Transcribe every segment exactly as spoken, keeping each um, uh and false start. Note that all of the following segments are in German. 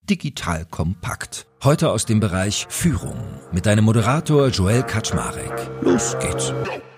Digital Kompakt. Heute aus dem Bereich Führung mit deinem Moderator Joel Kaczmarek. Los geht's.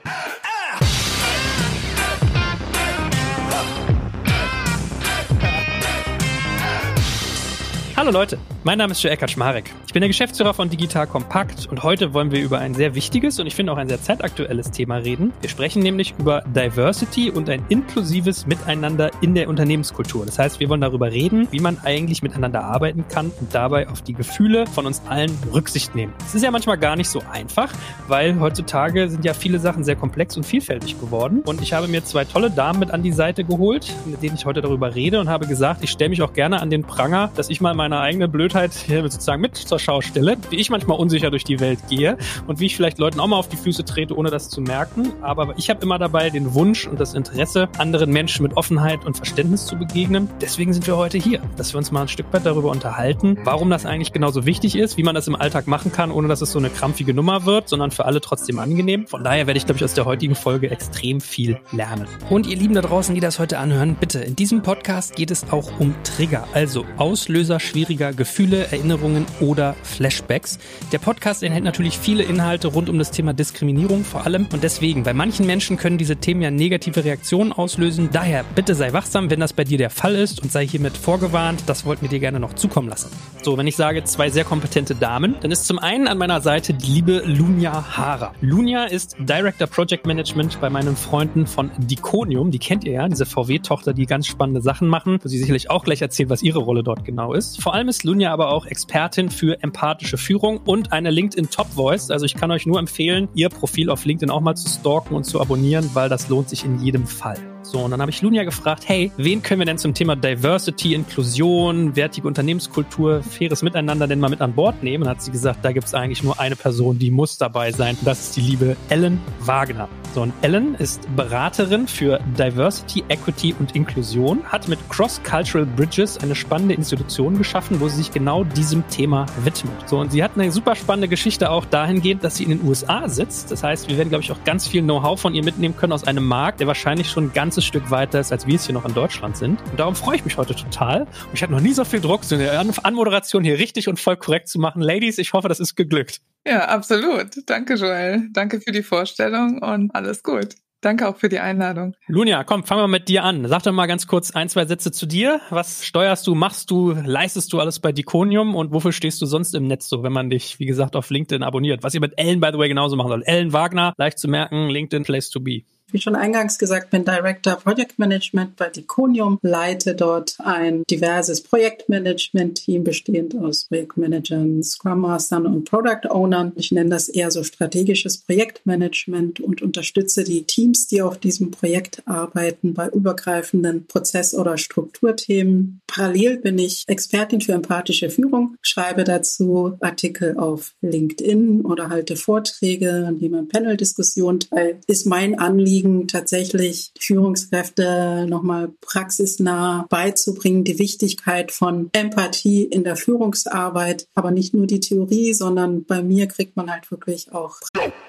Hallo Leute, mein Name ist Joel Kaczmarek. Ich bin der Geschäftsführer von Digital Kompakt und heute wollen wir über ein sehr wichtiges und ich finde auch ein sehr zeitaktuelles Thema reden. Wir sprechen nämlich über Diversity und ein inklusives Miteinander in der Unternehmenskultur. Das heißt, wir wollen darüber reden, wie man eigentlich miteinander arbeiten kann und dabei auf die Gefühle von uns allen Rücksicht nehmen. Es ist ja manchmal gar nicht so einfach, weil heutzutage sind ja viele Sachen sehr komplex und vielfältig geworden. Und ich habe mir zwei tolle Damen mit an die Seite geholt, mit denen ich heute darüber rede und habe gesagt, ich stelle mich auch gerne an den Pranger, dass ich mal meine eigene Blödheit hier sozusagen mit zur Schau stelle, wie ich manchmal unsicher durch die Welt gehe und wie ich vielleicht Leuten auch mal auf die Füße trete, ohne das zu merken. Aber ich habe immer dabei den Wunsch und das Interesse, anderen Menschen mit Offenheit und Verständnis zu begegnen. Deswegen sind wir heute hier, dass wir uns mal ein Stück weit darüber unterhalten, warum das eigentlich genauso wichtig ist, wie man das im Alltag machen kann, ohne dass es so eine krampfige Nummer wird, sondern für alle trotzdem angenehm. Von daher werde ich, glaube ich, aus der heutigen Folge extrem viel lernen. Und ihr Lieben da draußen, die das heute anhören, bitte, in diesem Podcast geht es auch um Trigger, also Auslöser schwieriger Gefühle, Erinnerungen oder Flashbacks. Der Podcast enthält natürlich viele Inhalte rund um das Thema Diskriminierung vor allem und deswegen, bei manchen Menschen können diese Themen ja negative Reaktionen auslösen. Daher bitte sei wachsam, wenn das bei dir der Fall ist und sei hiermit vorgewarnt. Das wollten wir dir gerne noch zukommen lassen. So, wenn ich sage zwei sehr kompetente Damen, dann ist zum einen an meiner Seite die liebe Lunia Hara. Lunia ist Director Project Management bei meinen Freunden von Diconium. Die kennt ihr ja, diese V W-Tochter, die ganz spannende Sachen machen, wo sie sicherlich auch gleich erzählt, was ihre Rolle dort genau ist. Vor allem ist Lunia aber auch Expertin für empathische Führung und eine LinkedIn Top Voice. Also ich kann euch nur empfehlen, ihr Profil auf LinkedIn auch mal zu stalken und zu abonnieren, weil das lohnt sich in jedem Fall. So, und dann habe ich Lunia gefragt, hey, wen können wir denn zum Thema Diversity, Inklusion, wertige Unternehmenskultur, faires Miteinander denn mal mit an Bord nehmen? Und hat sie gesagt, da gibt es eigentlich nur eine Person, die muss dabei sein. Das ist die liebe Ellen Wagner. So, und Ellen ist Beraterin für Diversity, Equity und Inklusion, hat mit Cross-Cultural Bridges eine spannende Institution geschaffen, wo sie sich genau diesem Thema widmet. So, und sie hat eine super spannende Geschichte auch dahingehend, dass sie in den U S A sitzt. Das heißt, wir werden, glaube ich, auch ganz viel Know-how von ihr mitnehmen können aus einem Markt, der wahrscheinlich schon ein ganzes Stück weiter ist, als wir es hier noch in Deutschland sind. Und darum freue ich mich heute total. Und ich hatte noch nie so viel Druck, so eine Anmoderation hier richtig und voll korrekt zu machen. Ladies, ich hoffe, das ist geglückt. Ja, absolut. Danke, Joel. Danke für die Vorstellung und alles gut. Danke auch für die Einladung. Lunia, komm, fangen wir mit dir an. Sag doch mal ganz kurz ein, zwei Sätze zu dir. Was steuerst du, machst du, leistest du alles bei Diconium und wofür stehst du sonst im Netz so, wenn man dich, wie gesagt, auf LinkedIn abonniert? Was ihr mit Ellen, by the way, genauso machen soll. Ellen Wagner, leicht zu merken, LinkedIn, Place to be. Wie schon eingangs gesagt, bin Director Project Management bei Diconium, leite dort ein diverses Projektmanagement-Team bestehend aus Projektmanagern, Scrum Mastern und Product Ownern. Ich nenne das eher so strategisches Projektmanagement und unterstütze die Teams, die auf diesem Projekt arbeiten, bei übergreifenden Prozess- oder Strukturthemen. Parallel bin ich Expertin für empathische Führung, schreibe dazu Artikel auf LinkedIn oder halte Vorträge, an denen man Panel-Diskussionen teilt. Ist mein Anliegen, tatsächlich Führungskräfte nochmal praxisnah beizubringen, die Wichtigkeit von Empathie in der Führungsarbeit, aber nicht nur die Theorie, sondern bei mir kriegt man halt wirklich auch.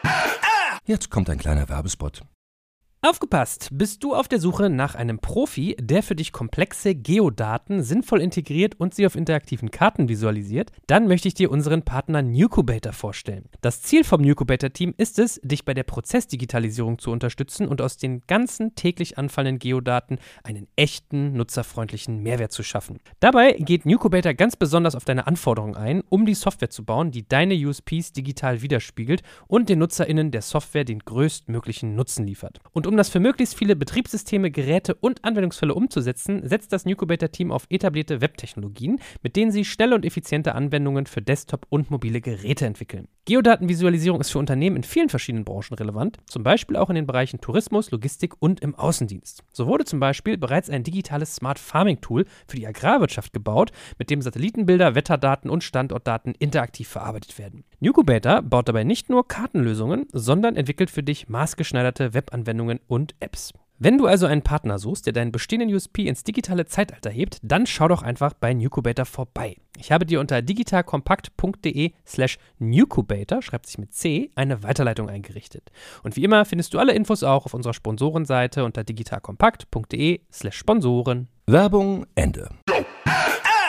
Jetzt kommt ein kleiner Werbespot. Aufgepasst! Bist du auf der Suche nach einem Profi, der für dich komplexe Geodaten sinnvoll integriert und sie auf interaktiven Karten visualisiert? Dann möchte ich dir unseren Partner Nucubator vorstellen. Das Ziel vom Nucubator-Team ist es, dich bei der Prozessdigitalisierung zu unterstützen und aus den ganzen täglich anfallenden Geodaten einen echten, nutzerfreundlichen Mehrwert zu schaffen. Dabei geht Nucubator ganz besonders auf deine Anforderungen ein, um die Software zu bauen, die deine U S Ps digital widerspiegelt und den NutzerInnen der Software den größtmöglichen Nutzen liefert. Und um das für möglichst viele Betriebssysteme, Geräte und Anwendungsfälle umzusetzen, setzt das Nucubator-Team auf etablierte Webtechnologien, mit denen sie schnelle und effiziente Anwendungen für Desktop- und mobile Geräte entwickeln. Geodatenvisualisierung ist für Unternehmen in vielen verschiedenen Branchen relevant, zum Beispiel auch in den Bereichen Tourismus, Logistik und im Außendienst. So wurde zum Beispiel bereits ein digitales Smart Farming Tool für die Agrarwirtschaft gebaut, mit dem Satellitenbilder, Wetterdaten und Standortdaten interaktiv verarbeitet werden. Nucubator baut dabei nicht nur Kartenlösungen, sondern entwickelt für dich maßgeschneiderte Webanwendungen und Apps. Wenn du also einen Partner suchst, der deinen bestehenden U S P ins digitale Zeitalter hebt, dann schau doch einfach bei Nucubator vorbei. Ich habe dir unter digitalkompakt.de slash Nucubator, schreibt sich mit C, eine Weiterleitung eingerichtet. Und wie immer findest du alle Infos auch auf unserer Sponsorenseite unter digitalkompakt.de slash Sponsoren. Werbung Ende.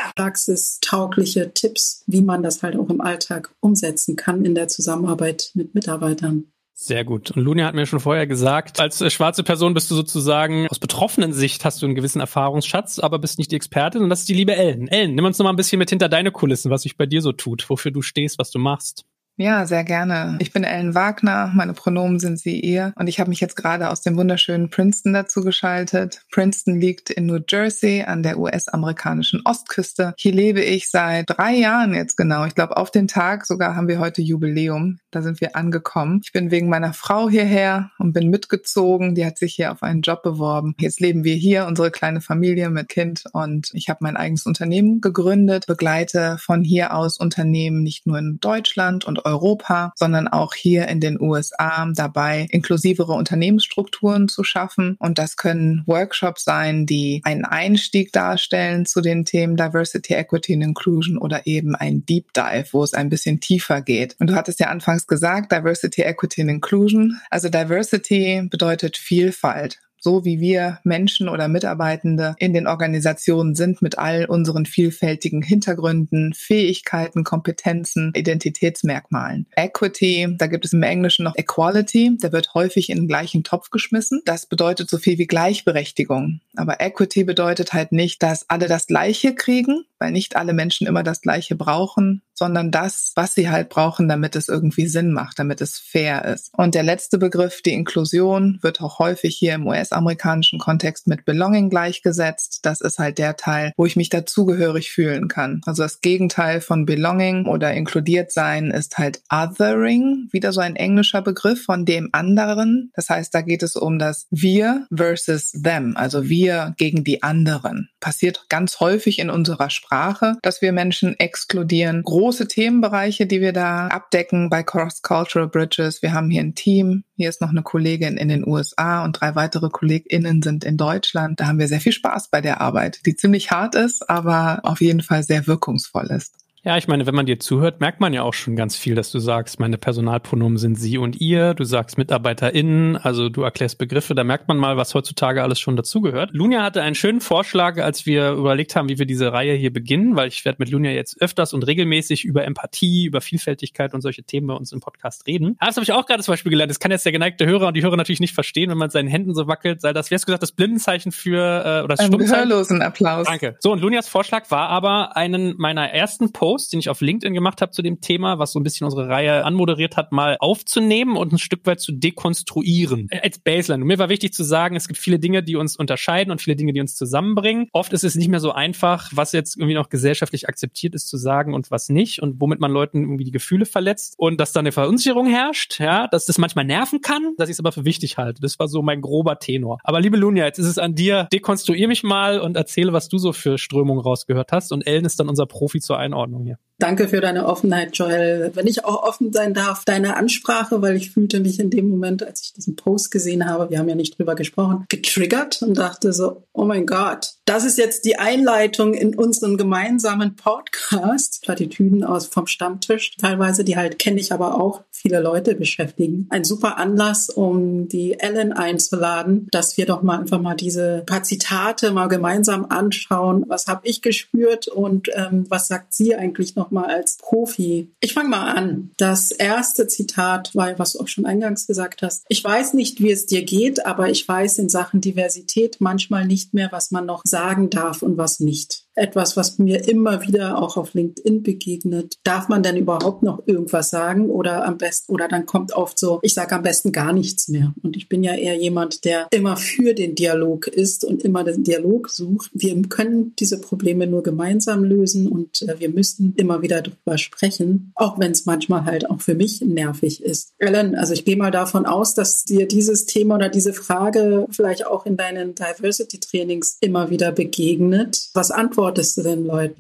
praxistaugliche Tipps, wie man das halt auch im Alltag umsetzen kann in der Zusammenarbeit mit Mitarbeitern. Sehr gut. Und Lunia hat mir schon vorher gesagt, als äh, schwarze Person bist du sozusagen, aus betroffenen Sicht hast du einen gewissen Erfahrungsschatz, aber bist nicht die Expertin. Und das ist die liebe Ellen. Ellen, nimm uns noch mal ein bisschen mit hinter deine Kulissen, was sich bei dir so tut, wofür du stehst, was du machst. Ja, sehr gerne. Ich bin Ellen Wagner, meine Pronomen sind sie, ihr und ich habe mich jetzt gerade aus dem wunderschönen Princeton dazu geschaltet. Princeton liegt in New Jersey an der U S-amerikanischen Ostküste. Hier lebe ich seit drei Jahren jetzt genau. Ich glaube, auf den Tag sogar haben wir heute Jubiläum. Da sind wir angekommen. Ich bin wegen meiner Frau hierher und bin mitgezogen. Die hat sich hier auf einen Job beworben. Jetzt leben wir hier, unsere kleine Familie mit Kind und ich habe mein eigenes Unternehmen gegründet, begleite von hier aus Unternehmen nicht nur in Deutschland und Europa, sondern auch hier in den U S A dabei, inklusivere Unternehmensstrukturen zu schaffen. Und das können Workshops sein, die einen Einstieg darstellen zu den Themen Diversity, Equity und Inclusion oder eben ein Deep Dive, wo es ein bisschen tiefer geht. Und du hattest ja anfangs gesagt, Diversity, Equity und Inclusion. Also Diversity bedeutet Vielfalt. So wie wir Menschen oder Mitarbeitende in den Organisationen sind mit all unseren vielfältigen Hintergründen, Fähigkeiten, Kompetenzen, Identitätsmerkmalen. Equity, da gibt es im Englischen noch Equality, der wird häufig in den gleichen Topf geschmissen. Das bedeutet so viel wie Gleichberechtigung. Aber Equity bedeutet halt nicht, dass alle das Gleiche kriegen, weil nicht alle Menschen immer das Gleiche brauchen, sondern das, was sie halt brauchen, damit es irgendwie Sinn macht, damit es fair ist. Und der letzte Begriff, die Inklusion, wird auch häufig hier im U S-amerikanischen Kontext mit Belonging gleichgesetzt. Das ist halt der Teil, wo ich mich dazugehörig fühlen kann. Also das Gegenteil von Belonging oder inkludiert sein ist halt Othering, wieder so ein englischer Begriff von dem anderen. Das heißt, da geht es um das Wir versus them, also wir gegen die anderen. Passiert ganz häufig in unserer Sprache, dass wir Menschen exkludieren. Große Themenbereiche, die wir da abdecken bei Cross-Cultural Bridges. Wir haben hier ein Team, hier ist noch eine Kollegin in den U S A und drei weitere KollegInnen sind in Deutschland. Da haben wir sehr viel Spaß bei der Arbeit, die ziemlich hart ist, aber auf jeden Fall sehr wirkungsvoll ist. Ja, ich meine, wenn man dir zuhört, merkt man ja auch schon ganz viel, dass du sagst, meine Personalpronomen sind sie und ihr, du sagst MitarbeiterInnen, also du erklärst Begriffe, da merkt man mal, was heutzutage alles schon dazugehört. Lunia hatte einen schönen Vorschlag, als wir überlegt haben, wie wir diese Reihe hier beginnen, weil ich werde mit Lunia jetzt öfters und regelmäßig über Empathie, über Vielfältigkeit und solche Themen bei uns im Podcast reden. Aber das habe ich auch gerade zum Beispiel gelernt, das kann jetzt der geneigte Hörer und die Hörer natürlich nicht verstehen, wenn man mit seinen Händen so wackelt, sei das, wie hast du gesagt, das Blindenzeichen für, äh, oder das Ein gehörlosen Applaus. Danke. So, und Lunias Vorschlag war aber, einen meiner ersten Posts, den ich auf LinkedIn gemacht habe zu dem Thema, was so ein bisschen unsere Reihe anmoderiert hat, mal aufzunehmen und ein Stück weit zu dekonstruieren. Als Baseline. Und mir war wichtig zu sagen, es gibt viele Dinge, die uns unterscheiden und viele Dinge, die uns zusammenbringen. Oft ist es nicht mehr so einfach, was jetzt irgendwie noch gesellschaftlich akzeptiert ist zu sagen und was nicht und womit man Leuten irgendwie die Gefühle verletzt und dass da eine Verunsicherung herrscht, ja, dass das manchmal nerven kann, dass ich es aber für wichtig halte. Das war so mein grober Tenor. Aber liebe Lunia, jetzt ist es an dir. Dekonstruier mich mal und erzähle, was du so für Strömungen rausgehört hast und Ellen ist dann unser Profi zur Einordnung hier. Danke für deine Offenheit, Joel. Wenn ich auch offen sein darf, deine Ansprache, weil ich fühlte mich in dem Moment, als ich diesen Post gesehen habe, wir haben ja nicht drüber gesprochen, getriggert und dachte so, oh mein Gott, das ist jetzt die Einleitung in unseren gemeinsamen Podcast. Plattitüden aus vom Stammtisch, teilweise, die halt kenne ich, aber auch viele Leute beschäftigen. Ein super Anlass, um die Ellen einzuladen, dass wir doch mal einfach mal diese paar Zitate mal gemeinsam anschauen. Was habe ich gespürt und ähm, was sagt sie eigentlich noch mal als Profi? Ich fange mal an. Das erste Zitat war, was du auch schon eingangs gesagt hast. Ich weiß nicht, wie es dir geht, aber ich weiß in Sachen Diversität manchmal nicht mehr, was man noch sagen darf und was nicht. Etwas, was mir immer wieder auch auf LinkedIn begegnet. Darf man denn überhaupt noch irgendwas sagen oder am besten, oder dann kommt oft so, ich sage am besten gar nichts mehr. Und ich bin ja eher jemand, der immer für den Dialog ist und immer den Dialog sucht. Wir können diese Probleme nur gemeinsam lösen und äh, wir müssen immer wieder drüber sprechen, auch wenn es manchmal halt auch für mich nervig ist. Ellen, also ich gehe mal davon aus, dass dir dieses Thema oder diese Frage vielleicht auch in deinen Diversity-Trainings immer wieder begegnet. Was antwortest du den Leuten?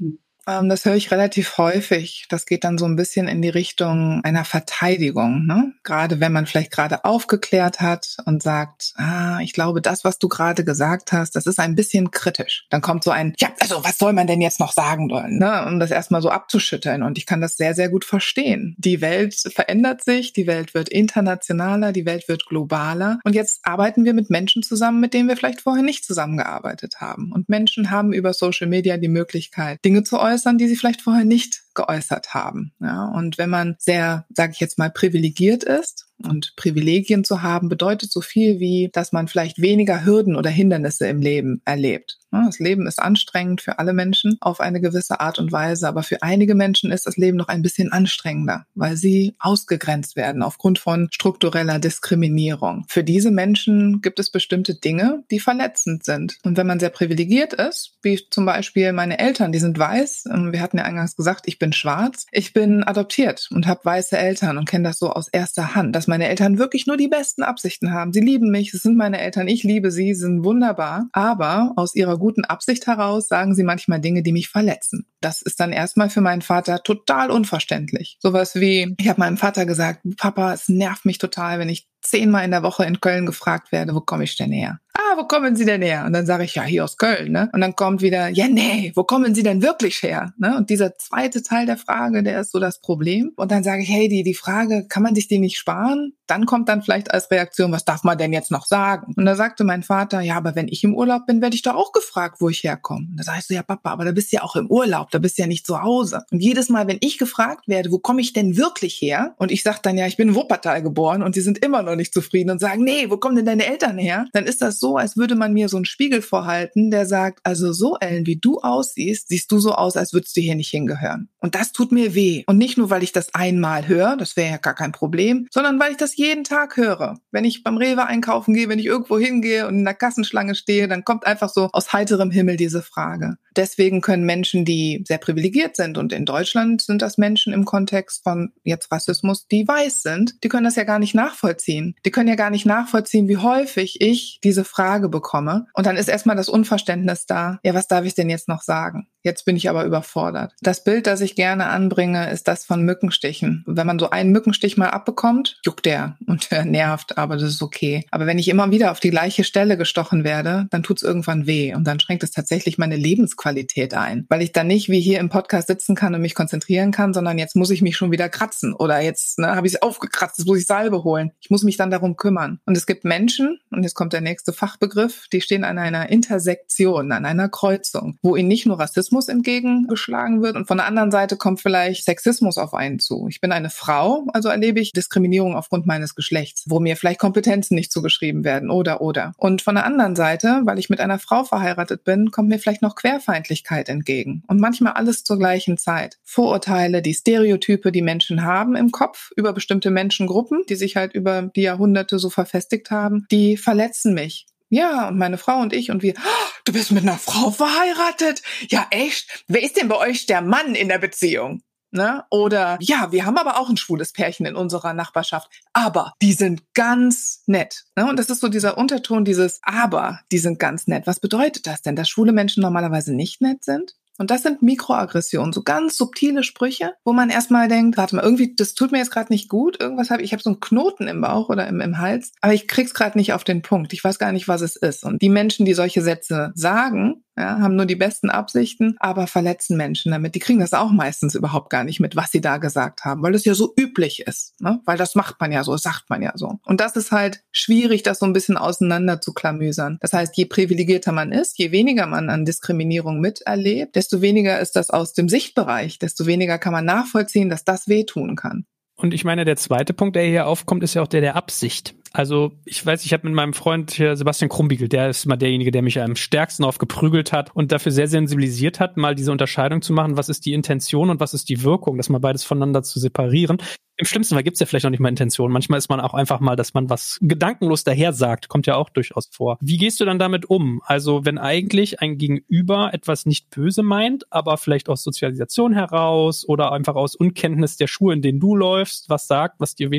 Ähm, das höre ich relativ häufig. Das geht dann so ein bisschen in die Richtung einer Verteidigung, ne? Gerade wenn man vielleicht gerade aufgeklärt hat und sagt, ah, ich glaube, das, was du gerade gesagt hast, das ist ein bisschen kritisch. Dann kommt so ein, ja, also was soll man denn jetzt noch sagen wollen, ne? Um das erstmal so abzuschütteln. Und ich kann das sehr, sehr gut verstehen. Die Welt verändert sich, die Welt wird internationaler, die Welt wird globaler. Und jetzt arbeiten wir mit Menschen zusammen, mit denen wir vielleicht vorher nicht zusammengearbeitet haben. Und Menschen haben über Social Media die Möglichkeit, Dinge zu äußern, die sie vielleicht vorher nicht geäußert haben. Ja, und wenn man sehr, sage ich jetzt mal, privilegiert ist, und Privilegien zu haben bedeutet so viel wie, dass man vielleicht weniger Hürden oder Hindernisse im Leben erlebt. Das Leben ist anstrengend für alle Menschen auf eine gewisse Art und Weise, aber für einige Menschen ist das Leben noch ein bisschen anstrengender, weil sie ausgegrenzt werden aufgrund von struktureller Diskriminierung. Für diese Menschen gibt es bestimmte Dinge, die verletzend sind. Und wenn man sehr privilegiert ist, wie zum Beispiel meine Eltern, die sind weiß, wir hatten ja eingangs gesagt, ich bin schwarz, ich bin adoptiert und habe weiße Eltern und kenne das so aus erster Hand, dass meine Eltern wirklich nur die besten Absichten haben. Sie lieben mich, es sind meine Eltern, ich liebe sie, sie sind wunderbar, aber aus ihrer guten Absicht heraus sagen sie manchmal Dinge, die mich verletzen. Das ist dann erstmal für meinen Vater total unverständlich. Sowas wie, ich habe meinem Vater gesagt, Papa, es nervt mich total, wenn ich zehnmal in der Woche in Köln gefragt werde, wo komme ich denn her? Ah, wo kommen Sie denn her? Und dann sage ich, ja, hier aus Köln, ne? Und dann kommt wieder, ja, nee, wo kommen Sie denn wirklich her? Ne? Und dieser zweite Teil der Frage, der ist so das Problem. Und dann sage ich, hey, die, die Frage, kann man sich die nicht sparen? Dann kommt dann vielleicht als Reaktion, was darf man denn jetzt noch sagen? Und da sagte mein Vater, ja, aber wenn ich im Urlaub bin, werde ich doch auch gefragt, wo ich herkomme. Und da sage ich so, ja, Papa, aber da bist du ja auch im Urlaub, da bist du ja nicht zu Hause. Und jedes Mal, wenn ich gefragt werde, wo komme ich denn wirklich her? Und ich sage dann, ja, ich bin in Wuppertal geboren und sie sind immer noch nicht zufrieden und sagen, nee, wo kommen denn deine Eltern her? Dann ist das so, als würde man mir so einen Spiegel vorhalten, der sagt, also so, Ellen, wie du aussiehst, siehst du so aus, als würdest du hier nicht hingehören. Und das tut mir weh. Und nicht nur, weil ich das einmal höre, das wäre ja gar kein Problem, sondern weil ich das jeden Tag höre. Wenn ich beim Rewe einkaufen gehe, wenn ich irgendwo hingehe und in der Kassenschlange stehe, dann kommt einfach so aus heiterem Himmel diese Frage. Deswegen können Menschen, die sehr privilegiert sind, und in Deutschland sind das Menschen im Kontext von jetzt Rassismus, die weiß sind, die können das ja gar nicht nachvollziehen. Die können ja gar nicht nachvollziehen, wie häufig ich diese Frage bekomme. Und dann ist erstmal das Unverständnis da, ja, was darf ich denn jetzt noch sagen? Jetzt bin ich aber überfordert. Das Bild, das ich gerne anbringe, ist das von Mückenstichen. Wenn man so einen Mückenstich mal abbekommt, juckt der und der nervt, aber das ist okay. Aber wenn ich immer wieder auf die gleiche Stelle gestochen werde, dann tut es irgendwann weh und dann schränkt es tatsächlich meine Lebensqualität ein, weil ich dann nicht wie hier im Podcast sitzen kann und mich konzentrieren kann, sondern jetzt muss ich mich schon wieder kratzen oder jetzt ne, habe ich es aufgekratzt, jetzt muss ich Salbe holen. Ich muss mich dann darum kümmern. Und es gibt Menschen, und jetzt kommt der nächste Fachbegriff, die stehen an einer Intersektion, an einer Kreuzung, wo ihnen nicht nur Rassismus entgegengeschlagen wird und von der anderen Seite kommt vielleicht Sexismus auf einen zu. Ich bin eine Frau, also erlebe ich Diskriminierung aufgrund meines Geschlechts, wo mir vielleicht Kompetenzen nicht zugeschrieben werden oder oder. Und von der anderen Seite, weil ich mit einer Frau verheiratet bin, kommt mir vielleicht noch Querfeindlichkeit entgegen. Und manchmal alles zur gleichen Zeit. Vorurteile, die Stereotype, die Menschen haben im Kopf über bestimmte Menschengruppen, die sich halt über die Jahrhunderte so verfestigt haben, die verletzen mich. Ja, und meine Frau und ich und wir, oh, du bist mit einer Frau verheiratet? Ja, echt? Wer ist denn bei euch der Mann in der Beziehung? Ne? Oder, ja, wir haben aber auch ein schwules Pärchen in unserer Nachbarschaft, aber die sind ganz nett. Ne? Und das ist so dieser Unterton, dieses aber, die sind ganz nett. Was bedeutet das denn, dass schwule Menschen normalerweise nicht nett sind? Und das sind Mikroaggressionen, so ganz subtile Sprüche, wo man erstmal denkt, warte mal, irgendwie, das tut mir jetzt gerade nicht gut, irgendwas habe ich, ich habe so einen Knoten im Bauch oder im, im Hals, aber ich krieg's gerade nicht auf den Punkt, ich weiß gar nicht, was es ist. Und die Menschen, die solche Sätze sagen, ja, haben nur die besten Absichten, aber verletzen Menschen damit. Die kriegen das auch meistens überhaupt gar nicht mit, was sie da gesagt haben, weil das ja so üblich ist, ne? Weil das macht man ja so, das sagt man ja so. Und das ist halt schwierig, das so ein bisschen auseinander zu klamüsern. Das heißt, je privilegierter man ist, je weniger man an Diskriminierung miterlebt, desto weniger ist das aus dem Sichtbereich, desto weniger kann man nachvollziehen, dass das wehtun kann. Und ich meine, der zweite Punkt, der hier aufkommt, ist ja auch der der Absicht. Also ich weiß, ich habe mit meinem Freund hier Sebastian Krumbiegel, der ist mal derjenige, der mich am stärksten aufgeprügelt hat und dafür sehr sensibilisiert hat, mal diese Unterscheidung zu machen, was ist die Intention und was ist die Wirkung, das mal beides voneinander zu separieren. Im schlimmsten Fall gibt es ja vielleicht noch nicht mal Intention. Manchmal ist man auch einfach mal, dass man was gedankenlos daher sagt. Kommt ja auch durchaus vor. Wie gehst du dann damit um? Also wenn eigentlich ein Gegenüber etwas nicht böse meint, aber vielleicht aus Sozialisation heraus oder einfach aus Unkenntnis der Schuhe, in denen du läufst, was sagt, was dir wehtut?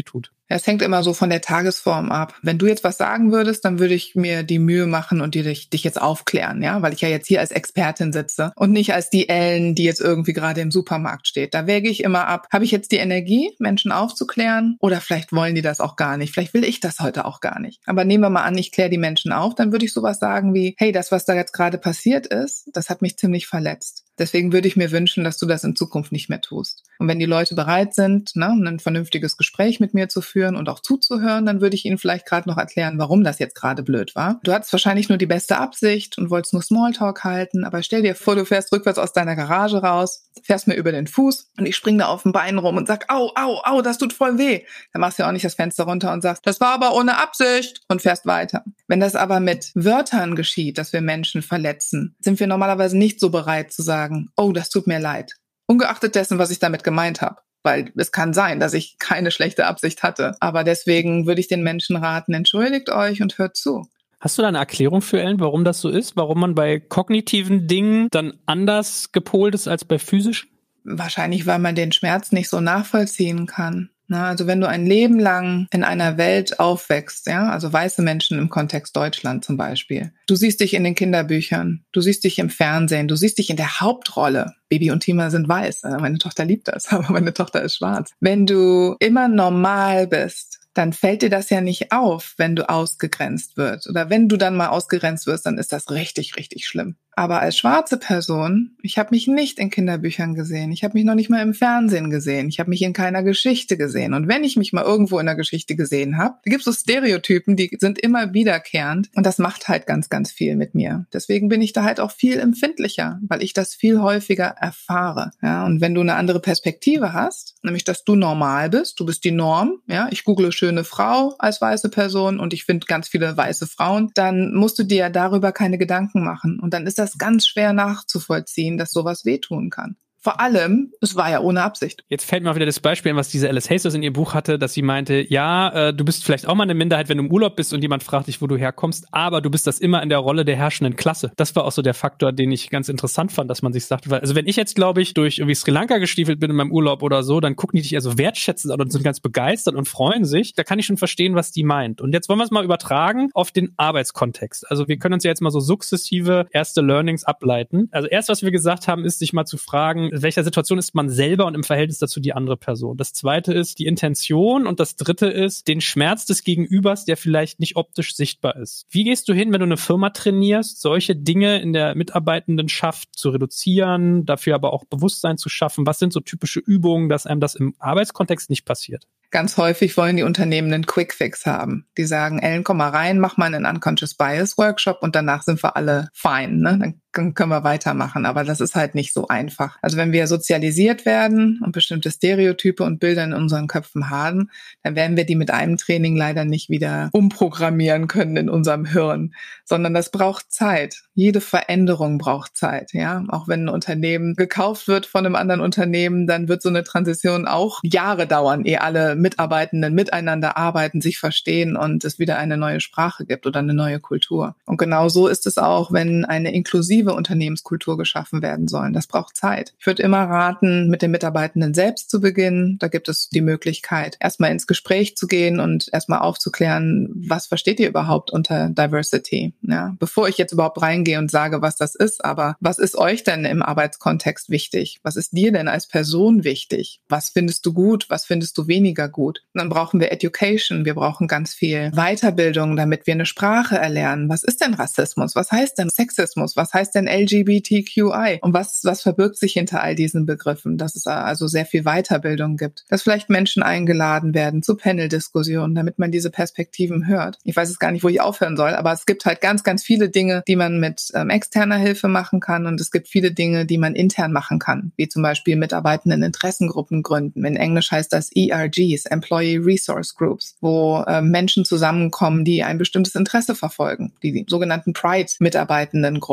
Es hängt immer so von der Tagesform ab. Wenn du jetzt was sagen würdest, dann würde ich mir die Mühe machen und dir dich, dich jetzt aufklären, ja, weil ich ja jetzt hier als Expertin sitze und nicht als die Ellen, die jetzt irgendwie gerade im Supermarkt steht. Da wäge ich immer ab, habe ich jetzt die Energie, Menschen aufzuklären, oder vielleicht wollen die das auch gar nicht. Vielleicht will ich das heute auch gar nicht. Aber nehmen wir mal an, ich kläre die Menschen auf, dann würde ich sowas sagen wie, hey, das, was da jetzt gerade passiert ist, das hat mich ziemlich verletzt. Deswegen würde ich mir wünschen, dass du das in Zukunft nicht mehr tust. Und wenn die Leute bereit sind, ne, ein vernünftiges Gespräch mit mir zu führen und auch zuzuhören, dann würde ich ihnen vielleicht gerade noch erklären, warum das jetzt gerade blöd war. Du hattest wahrscheinlich nur die beste Absicht und wolltest nur Smalltalk halten, aber stell dir vor, du fährst rückwärts aus deiner Garage raus, fährst mir über den Fuß und ich springe da auf dem Bein rum und sag, au, au, au, das tut voll weh. Dann machst du ja auch nicht das Fenster runter und sagst, das war aber ohne Absicht und fährst weiter. Wenn das aber mit Wörtern geschieht, dass wir Menschen verletzen, sind wir normalerweise nicht so bereit zu sagen, oh, das tut mir leid. Ungeachtet dessen, was ich damit gemeint habe. Weil es kann sein, dass ich keine schlechte Absicht hatte. Aber deswegen würde ich den Menschen raten, entschuldigt euch und hört zu. Hast du da eine Erklärung für, Ellen, warum das so ist? Warum man bei kognitiven Dingen dann anders gepolt ist als bei physischen? Wahrscheinlich, weil man den Schmerz nicht so nachvollziehen kann. Na, also wenn du ein Leben lang in einer Welt aufwächst, ja, also weiße Menschen im Kontext Deutschland zum Beispiel. Du siehst dich in den Kinderbüchern, du siehst dich im Fernsehen, du siehst dich in der Hauptrolle. Baby und Tima sind weiß, meine Tochter liebt das, aber meine Tochter ist schwarz. Wenn du immer normal bist, dann fällt dir das ja nicht auf, wenn du ausgegrenzt wirst. Oder wenn du dann mal ausgegrenzt wirst, dann ist das richtig, richtig schlimm. Aber als schwarze Person, ich habe mich nicht in Kinderbüchern gesehen. Ich habe mich noch nicht mal im Fernsehen gesehen. Ich habe mich in keiner Geschichte gesehen. Und wenn ich mich mal irgendwo in einer Geschichte gesehen habe, da gibt es so Stereotypen, die sind immer wiederkehrend. Und das macht halt ganz, ganz viel mit mir. Deswegen bin ich da halt auch viel empfindlicher, weil ich das viel häufiger erfahre. Ja, und wenn du eine andere Perspektive hast, nämlich, dass du normal bist, du bist die Norm, ja, ich google schöne Frau als weiße Person und ich finde ganz viele weiße Frauen, dann musst du dir ja darüber keine Gedanken machen. Und dann ist das ganz schwer nachzuvollziehen, dass sowas wehtun kann. Vor allem, es war ja ohne Absicht. Jetzt fällt mir auch wieder das Beispiel ein, was diese Alice Hastings in ihr Buch hatte, dass sie meinte, ja, äh, du bist vielleicht auch mal eine Minderheit, wenn du im Urlaub bist und jemand fragt dich, wo du herkommst, aber du bist das immer in der Rolle der herrschenden Klasse. Das war auch so der Faktor, den ich ganz interessant fand, dass man sich sagt, weil, also wenn ich jetzt, glaube ich, durch irgendwie Sri Lanka gestiefelt bin in meinem Urlaub oder so, dann gucken die dich eher so wertschätzend an und sind ganz begeistert und freuen sich. Da kann ich schon verstehen, was die meint. Und jetzt wollen wir es mal übertragen auf den Arbeitskontext. Also wir können uns ja jetzt mal so sukzessive erste Learnings ableiten. Also erst, was wir gesagt haben, ist, sich mal zu fragen, in welcher Situation ist man selber und im Verhältnis dazu die andere Person. Das zweite ist die Intention und das dritte ist den Schmerz des Gegenübers, der vielleicht nicht optisch sichtbar ist. Wie gehst du hin, wenn du eine Firma trainierst, solche Dinge in der Mitarbeitendenschaft zu reduzieren, dafür aber auch Bewusstsein zu schaffen? Was sind so typische Übungen, dass einem das im Arbeitskontext nicht passiert? Ganz häufig wollen die Unternehmen einen Quick-Fix haben. Die sagen, Ellen, komm mal rein, mach mal einen Unconscious Bias Workshop und danach sind wir alle fein, ne? Dann können wir weitermachen. Aber das ist halt nicht so einfach. Also wenn wir sozialisiert werden und bestimmte Stereotype und Bilder in unseren Köpfen haben, dann werden wir die mit einem Training leider nicht wieder umprogrammieren können in unserem Hirn, sondern das braucht Zeit. Jede Veränderung braucht Zeit, ja. Auch wenn ein Unternehmen gekauft wird von einem anderen Unternehmen, dann wird so eine Transition auch Jahre dauern, ehe alle Mitarbeitenden miteinander arbeiten, sich verstehen und es wieder eine neue Sprache gibt oder eine neue Kultur. Und genau so ist es auch, wenn eine inklusive Unternehmenskultur geschaffen werden soll. Das braucht Zeit. Ich würde immer raten, mit den Mitarbeitenden selbst zu beginnen. Da gibt es die Möglichkeit, erstmal ins Gespräch zu gehen und erstmal aufzuklären, was versteht ihr überhaupt unter Diversity? Ja, bevor ich jetzt überhaupt reingehe und sage, was das ist, aber was ist euch denn im Arbeitskontext wichtig? Was ist dir denn als Person wichtig? Was findest du gut? Was findest du weniger gut? Und dann brauchen wir Education. Wir brauchen ganz viel Weiterbildung, damit wir eine Sprache erlernen. Was ist denn Rassismus? Was heißt denn Sexismus? Was heißt denn L G B T Q I? Und was, was verbirgt sich hinter all diesen Begriffen? Dass es also sehr viel Weiterbildung gibt. Dass vielleicht Menschen eingeladen werden zu Panel-Diskussionen, damit man diese Perspektiven hört. Ich weiß jetzt gar nicht, wo ich aufhören soll, aber es gibt halt ganz, ganz viele Dinge, die man mit ähm, externer Hilfe machen kann und es gibt viele Dinge, die man intern machen kann, wie zum Beispiel Mitarbeitenden Interessengruppen gründen. In Englisch heißt das E R Gs, Employee Resource Groups, wo äh, Menschen zusammenkommen, die ein bestimmtes Interesse verfolgen, die, die sogenannten Pride-Mitarbeitendengruppen, ne?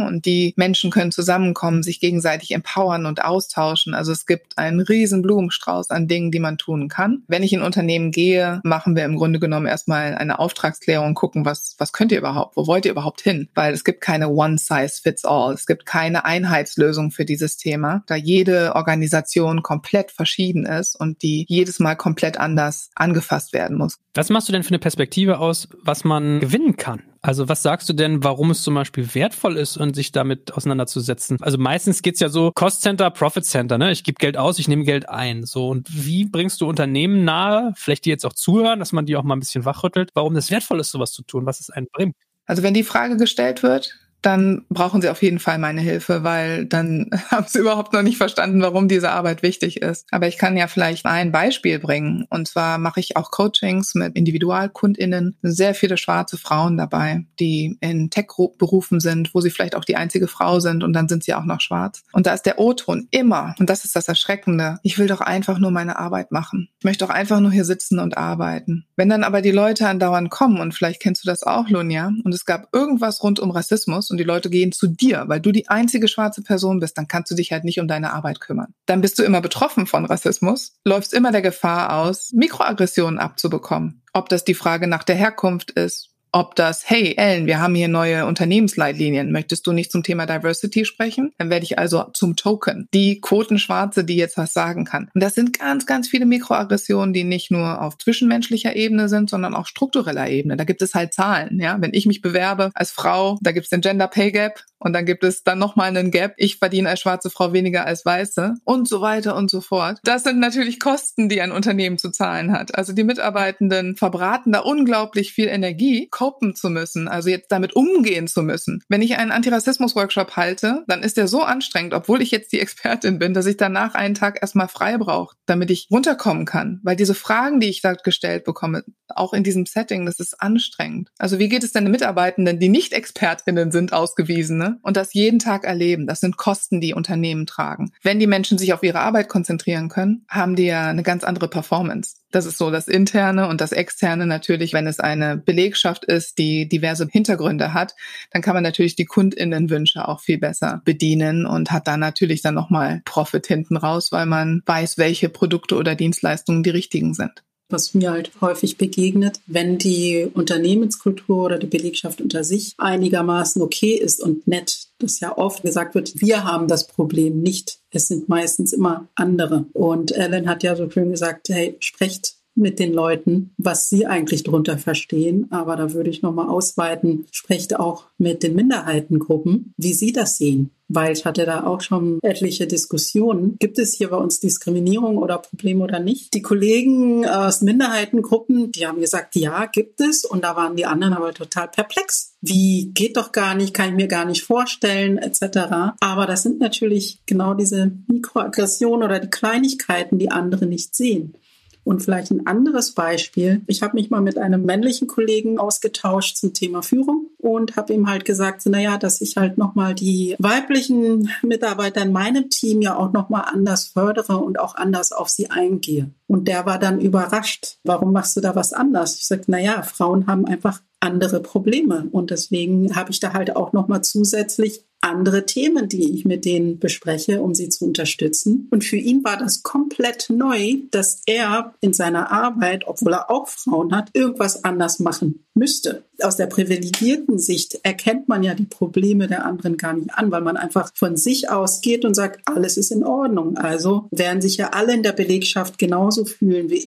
Ne? Und die Menschen können zusammenkommen, sich gegenseitig empowern und austauschen. Also es gibt einen riesen Blumenstrauß an Dingen, die man tun kann. Wenn ich in Unternehmen gehe, machen wir im Grunde genommen erstmal eine Auftragsklärung, gucken, was, was könnt ihr überhaupt, wo wollt ihr überhaupt hin? Weil es gibt keine One-Size-Fits-All. Es gibt keine Einheitslösung für dieses Thema, da jede Organisation komplett verschieden ist und die jedes Mal komplett anders angefasst werden muss. Was machst du denn für eine Perspektive aus, was man gewinnen kann? Also was sagst du denn, warum es zum Beispiel wertvoll ist, und sich damit auseinanderzusetzen? Also meistens geht's ja so Cost Center, Profit Center, ne? Ich gebe Geld aus, ich nehme Geld ein. So, und wie bringst du Unternehmen nahe, vielleicht die jetzt auch zuhören, dass man die auch mal ein bisschen wachrüttelt, warum es wertvoll ist, sowas zu tun, was es einen bringt? Also wenn die Frage gestellt wird, dann brauchen Sie auf jeden Fall meine Hilfe, weil dann haben Sie überhaupt noch nicht verstanden, warum diese Arbeit wichtig ist. Aber ich kann ja vielleicht ein Beispiel bringen. Und zwar mache ich auch Coachings mit IndividualkundInnen. Sehr viele schwarze Frauen dabei, die in Tech-Berufen sind, wo sie vielleicht auch die einzige Frau sind und dann sind sie auch noch schwarz. Und da ist der O-Ton immer, und das ist das Erschreckende, ich will doch einfach nur meine Arbeit machen. Ich möchte doch einfach nur hier sitzen und arbeiten. Wenn dann aber die Leute andauernd kommen, und vielleicht kennst du das auch, Lunja, und es gab irgendwas rund um Rassismus, und die Leute gehen zu dir, weil du die einzige schwarze Person bist, dann kannst du dich halt nicht um deine Arbeit kümmern. Dann bist du immer betroffen von Rassismus, läufst immer der Gefahr aus, Mikroaggressionen abzubekommen. Ob das die Frage nach der Herkunft ist, ob das, hey Ellen, wir haben hier neue Unternehmensleitlinien, möchtest du nicht zum Thema Diversity sprechen? Dann werde ich also zum Token, die Quotenschwarze, die jetzt was sagen kann. Und das sind ganz, ganz viele Mikroaggressionen, die nicht nur auf zwischenmenschlicher Ebene sind, sondern auch struktureller Ebene. Da gibt es halt Zahlen, ja. Wenn ich mich bewerbe als Frau, da gibt es den Gender Pay Gap und dann gibt es dann nochmal einen Gap. Ich verdiene als schwarze Frau weniger als Weiße und so weiter und so fort. Das sind natürlich Kosten, die ein Unternehmen zu zahlen hat. Also die Mitarbeitenden verbraten da unglaublich viel Energie, copen zu müssen, also jetzt damit umgehen zu müssen. Wenn ich einen Antirassismus-Workshop halte, dann ist der so anstrengend, obwohl ich jetzt die Expertin bin, dass ich danach einen Tag erstmal frei brauche, damit ich runterkommen kann. Weil diese Fragen, die ich da gestellt bekomme, auch in diesem Setting, das ist anstrengend. Also wie geht es denn den Mitarbeitenden, die nicht ExpertInnen sind, Ausgewiesene, und das jeden Tag erleben? Das sind Kosten, die Unternehmen tragen. Wenn die Menschen sich auf ihre Arbeit konzentrieren können, haben die ja eine ganz andere Performance. Das ist so das Interne, und das Externe natürlich, wenn es eine Belegschaft ist, die diverse Hintergründe hat, dann kann man natürlich die KundInnenwünsche auch viel besser bedienen und hat dann natürlich dann nochmal Profit hinten raus, weil man weiß, welche Produkte oder Dienstleistungen die richtigen sind. Was mir halt häufig begegnet, wenn die Unternehmenskultur oder die Belegschaft unter sich einigermaßen okay ist und nett, dass ja oft gesagt wird, wir haben das Problem nicht. Es sind meistens immer andere. Und Ellen hat ja so schön gesagt, hey, sprecht mit den Leuten, was sie eigentlich drunter verstehen. Aber da würde ich nochmal ausweiten, sprecht auch mit den Minderheitengruppen, wie sie das sehen. Weil ich hatte da auch schon etliche Diskussionen. Gibt es hier bei uns Diskriminierung oder Probleme oder nicht? Die Kollegen aus Minderheitengruppen, die haben gesagt, ja, gibt es. Und da waren die anderen aber total perplex. Wie, geht doch gar nicht, kann ich mir gar nicht vorstellen, et cetera. Aber das sind natürlich genau diese Mikroaggressionen oder die Kleinigkeiten, die andere nicht sehen. Und vielleicht ein anderes Beispiel. Ich habe mich mal mit einem männlichen Kollegen ausgetauscht zum Thema Führung und habe ihm halt gesagt, naja, dass ich halt nochmal die weiblichen Mitarbeiter in meinem Team ja auch nochmal anders fördere und auch anders auf sie eingehe. Und der war dann überrascht. Warum machst du da was anders? Ich sage, naja, Frauen haben einfach andere Probleme. Und deswegen habe ich da halt auch nochmal zusätzlich andere Themen, die ich mit denen bespreche, um sie zu unterstützen. Und für ihn war das komplett neu, dass er in seiner Arbeit, obwohl er auch Frauen hat, irgendwas anders machen müsste. Aus der privilegierten Sicht erkennt man ja die Probleme der anderen gar nicht an, weil man einfach von sich ausgeht und sagt, alles ist in Ordnung. Also werden sich ja alle in der Belegschaft genauso fühlen wie ich.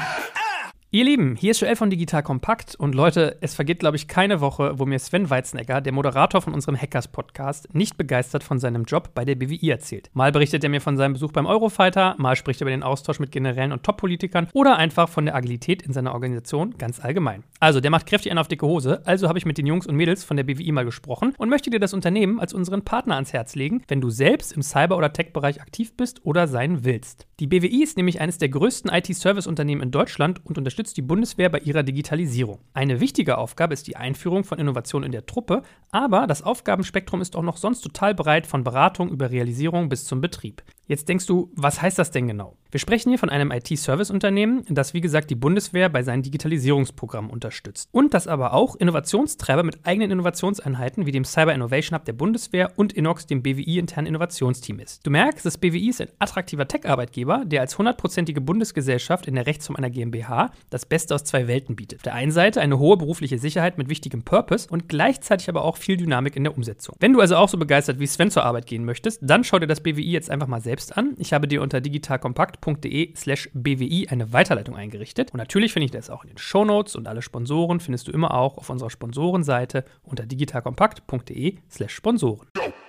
Ihr Lieben, hier ist Joel von Digital Kompakt und Leute, es vergeht, glaube ich, keine Woche, wo mir Sven Weizenegger, der Moderator von unserem Hackers-Podcast, nicht begeistert von seinem Job bei der B W I erzählt. Mal berichtet er mir von seinem Besuch beim Eurofighter, mal spricht er über den Austausch mit Generälen und Top-Politikern oder einfach von der Agilität in seiner Organisation ganz allgemein. Also, der macht kräftig einen auf dicke Hose, also habe ich mit den Jungs und Mädels von der B W I mal gesprochen und möchte dir das Unternehmen als unseren Partner ans Herz legen, wenn du selbst im Cyber- oder Tech-Bereich aktiv bist oder sein willst. Die B W I ist nämlich eines der größten I T-Service-Unternehmen in Deutschland und unterstützt die Bundeswehr bei ihrer Digitalisierung. Eine wichtige Aufgabe ist die Einführung von Innovation in der Truppe, aber das Aufgabenspektrum ist auch noch sonst total breit, von Beratung über Realisierung bis zum Betrieb. Jetzt denkst du, was heißt das denn genau? Wir sprechen hier von einem I T-Service-Unternehmen, das wie gesagt die Bundeswehr bei seinen Digitalisierungsprogrammen unterstützt. Und das aber auch Innovationstreiber mit eigenen Innovationseinheiten wie dem Cyber Innovation Hub der Bundeswehr und Innox, dem B W I-internen Innovationsteam ist. Du merkst, das B W I ist ein attraktiver Tech-Arbeitgeber, der als hundertprozentige Bundesgesellschaft in der Rechtsform einer GmbH das Beste aus zwei Welten bietet. Auf der einen Seite eine hohe berufliche Sicherheit mit wichtigem Purpose und gleichzeitig aber auch viel Dynamik in der Umsetzung. Wenn du also auch so begeistert wie Sven zur Arbeit gehen möchtest, dann schau dir das B W I jetzt einfach mal selbst an. Ich habe dir unter digitalkompakt.de slash BWI eine Weiterleitung eingerichtet. Und natürlich finde ich das auch in den Shownotes und alle Sponsoren findest du immer auch auf unserer Sponsorenseite unter digitalkompakt.de slash Sponsoren.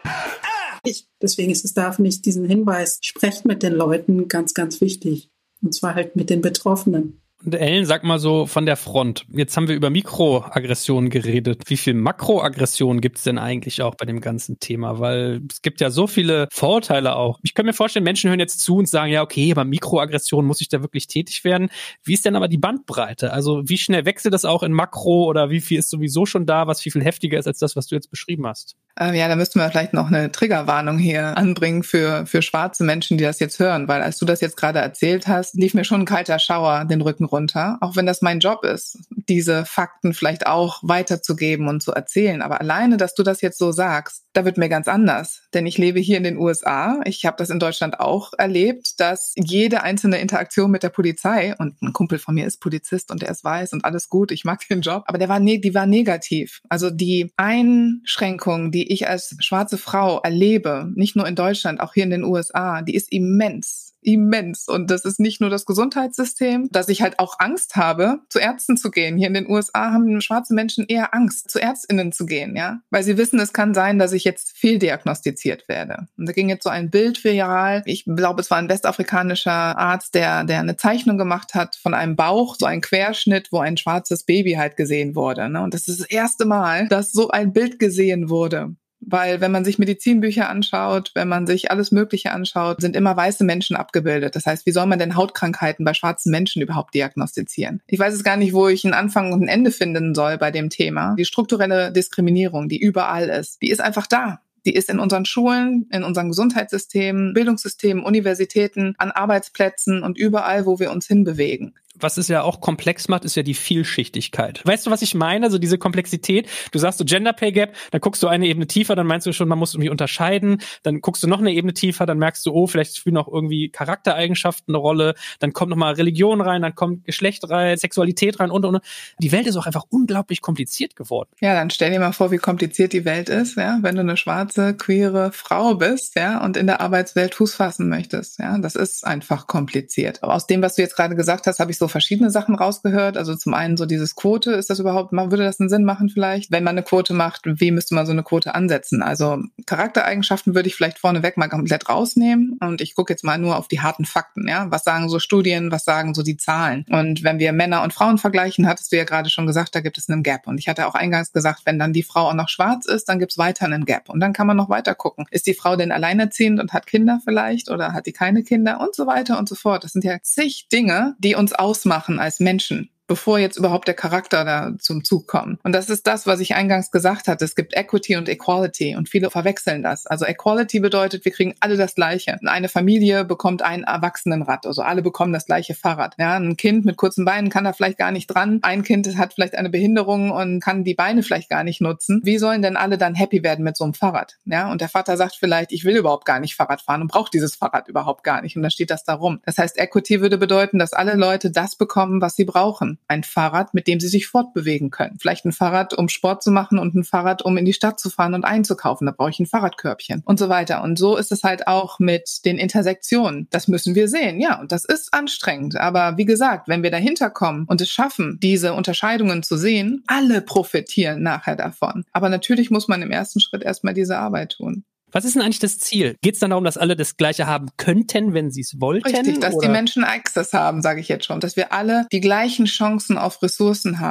Ich, deswegen ist es da, finde ich, diesen Hinweis, sprecht mit den Leuten, ganz, ganz wichtig. Und zwar halt mit den Betroffenen. Und Ellen, sag mal so von der Front. Jetzt haben wir über Mikroaggressionen geredet. Wie viel Makroaggressionen gibt es denn eigentlich auch bei dem ganzen Thema? Weil es gibt ja so viele Vorurteile auch. Ich kann mir vorstellen, Menschen hören jetzt zu und sagen, ja okay, aber Mikroaggressionen, muss ich da wirklich tätig werden? Wie ist denn aber die Bandbreite? Also wie schnell wechselt das auch in Makro oder wie viel ist sowieso schon da, was viel, viel heftiger ist als das, was du jetzt beschrieben hast? Ähm, ja, da müssten wir vielleicht noch eine Triggerwarnung hier anbringen für, für schwarze Menschen, die das jetzt hören. Weil als du das jetzt gerade erzählt hast, lief mir schon ein kalter Schauer den Rücken runter, auch wenn das mein Job ist, diese Fakten vielleicht auch weiterzugeben und zu erzählen. Aber alleine, dass du das jetzt so sagst, da wird mir ganz anders. Denn ich lebe hier in den U S A, ich habe das in Deutschland auch erlebt, dass jede einzelne Interaktion mit der Polizei, und ein Kumpel von mir ist Polizist und der ist weiß und alles gut, ich mag den Job, aber der war ne- die war negativ. Also die Einschränkung, die ich als schwarze Frau erlebe, nicht nur in Deutschland, auch hier in den U S A, die ist immens. Immens. Und das ist nicht nur das Gesundheitssystem, dass ich halt auch Angst habe, zu Ärzten zu gehen. Hier in den U S A haben schwarze Menschen eher Angst, zu ÄrztInnen zu gehen, ja, weil sie wissen, es kann sein, dass ich jetzt fehldiagnostiziert werde. Und da ging jetzt so ein Bild viral. Ich glaube, es war ein westafrikanischer Arzt, der, der eine Zeichnung gemacht hat von einem Bauch, so ein Querschnitt, wo ein schwarzes Baby halt gesehen wurde. Ne? Und das ist das erste Mal, dass so ein Bild gesehen wurde. Weil wenn man sich Medizinbücher anschaut, wenn man sich alles Mögliche anschaut, sind immer weiße Menschen abgebildet. Das heißt, wie soll man denn Hautkrankheiten bei schwarzen Menschen überhaupt diagnostizieren? Ich weiß es gar nicht, wo ich einen Anfang und ein Ende finden soll bei dem Thema. Die strukturelle Diskriminierung, die überall ist, die ist einfach da. Die ist in unseren Schulen, in unseren Gesundheitssystemen, Bildungssystemen, Universitäten, an Arbeitsplätzen und überall, wo wir uns hinbewegen. Was es ja auch komplex macht, ist ja die Vielschichtigkeit. Weißt du, was ich meine? Also diese Komplexität. Du sagst so Gender Pay Gap, dann guckst du eine Ebene tiefer, dann meinst du schon, man muss irgendwie unterscheiden. Dann guckst du noch eine Ebene tiefer, dann merkst du, oh, vielleicht spielen noch irgendwie Charaktereigenschaften eine Rolle. Dann kommt nochmal Religion rein, dann kommt Geschlecht rein, Sexualität rein und, und, und. Die Welt ist auch einfach unglaublich kompliziert geworden. Ja, dann stell dir mal vor, wie kompliziert die Welt ist, ja, wenn du eine schwarze, queere Frau bist, ja, und in der Arbeitswelt Fuß fassen möchtest, ja. Das ist einfach kompliziert. Aber aus dem, was du jetzt gerade gesagt hast, habe ich so verschiedene Sachen rausgehört. Also zum einen so dieses Quote, ist das überhaupt, würde das einen Sinn machen vielleicht? Wenn man eine Quote macht, wie müsste man so eine Quote ansetzen? Also Charaktereigenschaften würde ich vielleicht vorneweg mal komplett rausnehmen und ich gucke jetzt mal nur auf die harten Fakten, ja. Was sagen so Studien, was sagen so die Zahlen? Und wenn wir Männer und Frauen vergleichen, hattest du ja gerade schon gesagt, da gibt es einen Gap. Und ich hatte auch eingangs gesagt, wenn dann die Frau auch noch schwarz ist, dann gibt es weiter einen Gap. Und dann kann man noch weiter gucken. Ist die Frau denn alleinerziehend und hat Kinder vielleicht oder hat die keine Kinder und so weiter und so fort. Das sind ja zig Dinge, die uns ausmachen als Menschen, bevor jetzt überhaupt der Charakter da zum Zug kommt. Und das ist das, was ich eingangs gesagt hatte. Es gibt Equity und Equality und viele verwechseln das. Also Equality bedeutet, wir kriegen alle das Gleiche. Eine Familie bekommt ein Erwachsenenrad, also alle bekommen das gleiche Fahrrad. Ja, ein Kind mit kurzen Beinen kann da vielleicht gar nicht dran. Ein Kind hat vielleicht eine Behinderung und kann die Beine vielleicht gar nicht nutzen. Wie sollen denn alle dann happy werden mit so einem Fahrrad? Ja, und der Vater sagt vielleicht, ich will überhaupt gar nicht Fahrrad fahren und brauche dieses Fahrrad überhaupt gar nicht. Und dann steht das da rum. Das heißt, Equity würde bedeuten, dass alle Leute das bekommen, was sie brauchen. Ein Fahrrad, mit dem sie sich fortbewegen können. Vielleicht ein Fahrrad, um Sport zu machen und ein Fahrrad, um in die Stadt zu fahren und einzukaufen. Da brauche ich ein Fahrradkörbchen und so weiter. Und so ist es halt auch mit den Intersektionen. Das müssen wir sehen, ja. Und das ist anstrengend. Aber wie gesagt, wenn wir dahinter kommen und es schaffen, diese Unterscheidungen zu sehen, alle profitieren nachher davon. Aber natürlich muss man im ersten Schritt erstmal diese Arbeit tun. Was ist denn eigentlich das Ziel? Geht es dann darum, dass alle das Gleiche haben könnten, wenn sie es wollten? Richtig, dass oder? Die Menschen Access haben, sage ich jetzt schon. Dass wir alle die gleichen Chancen auf Ressourcen haben.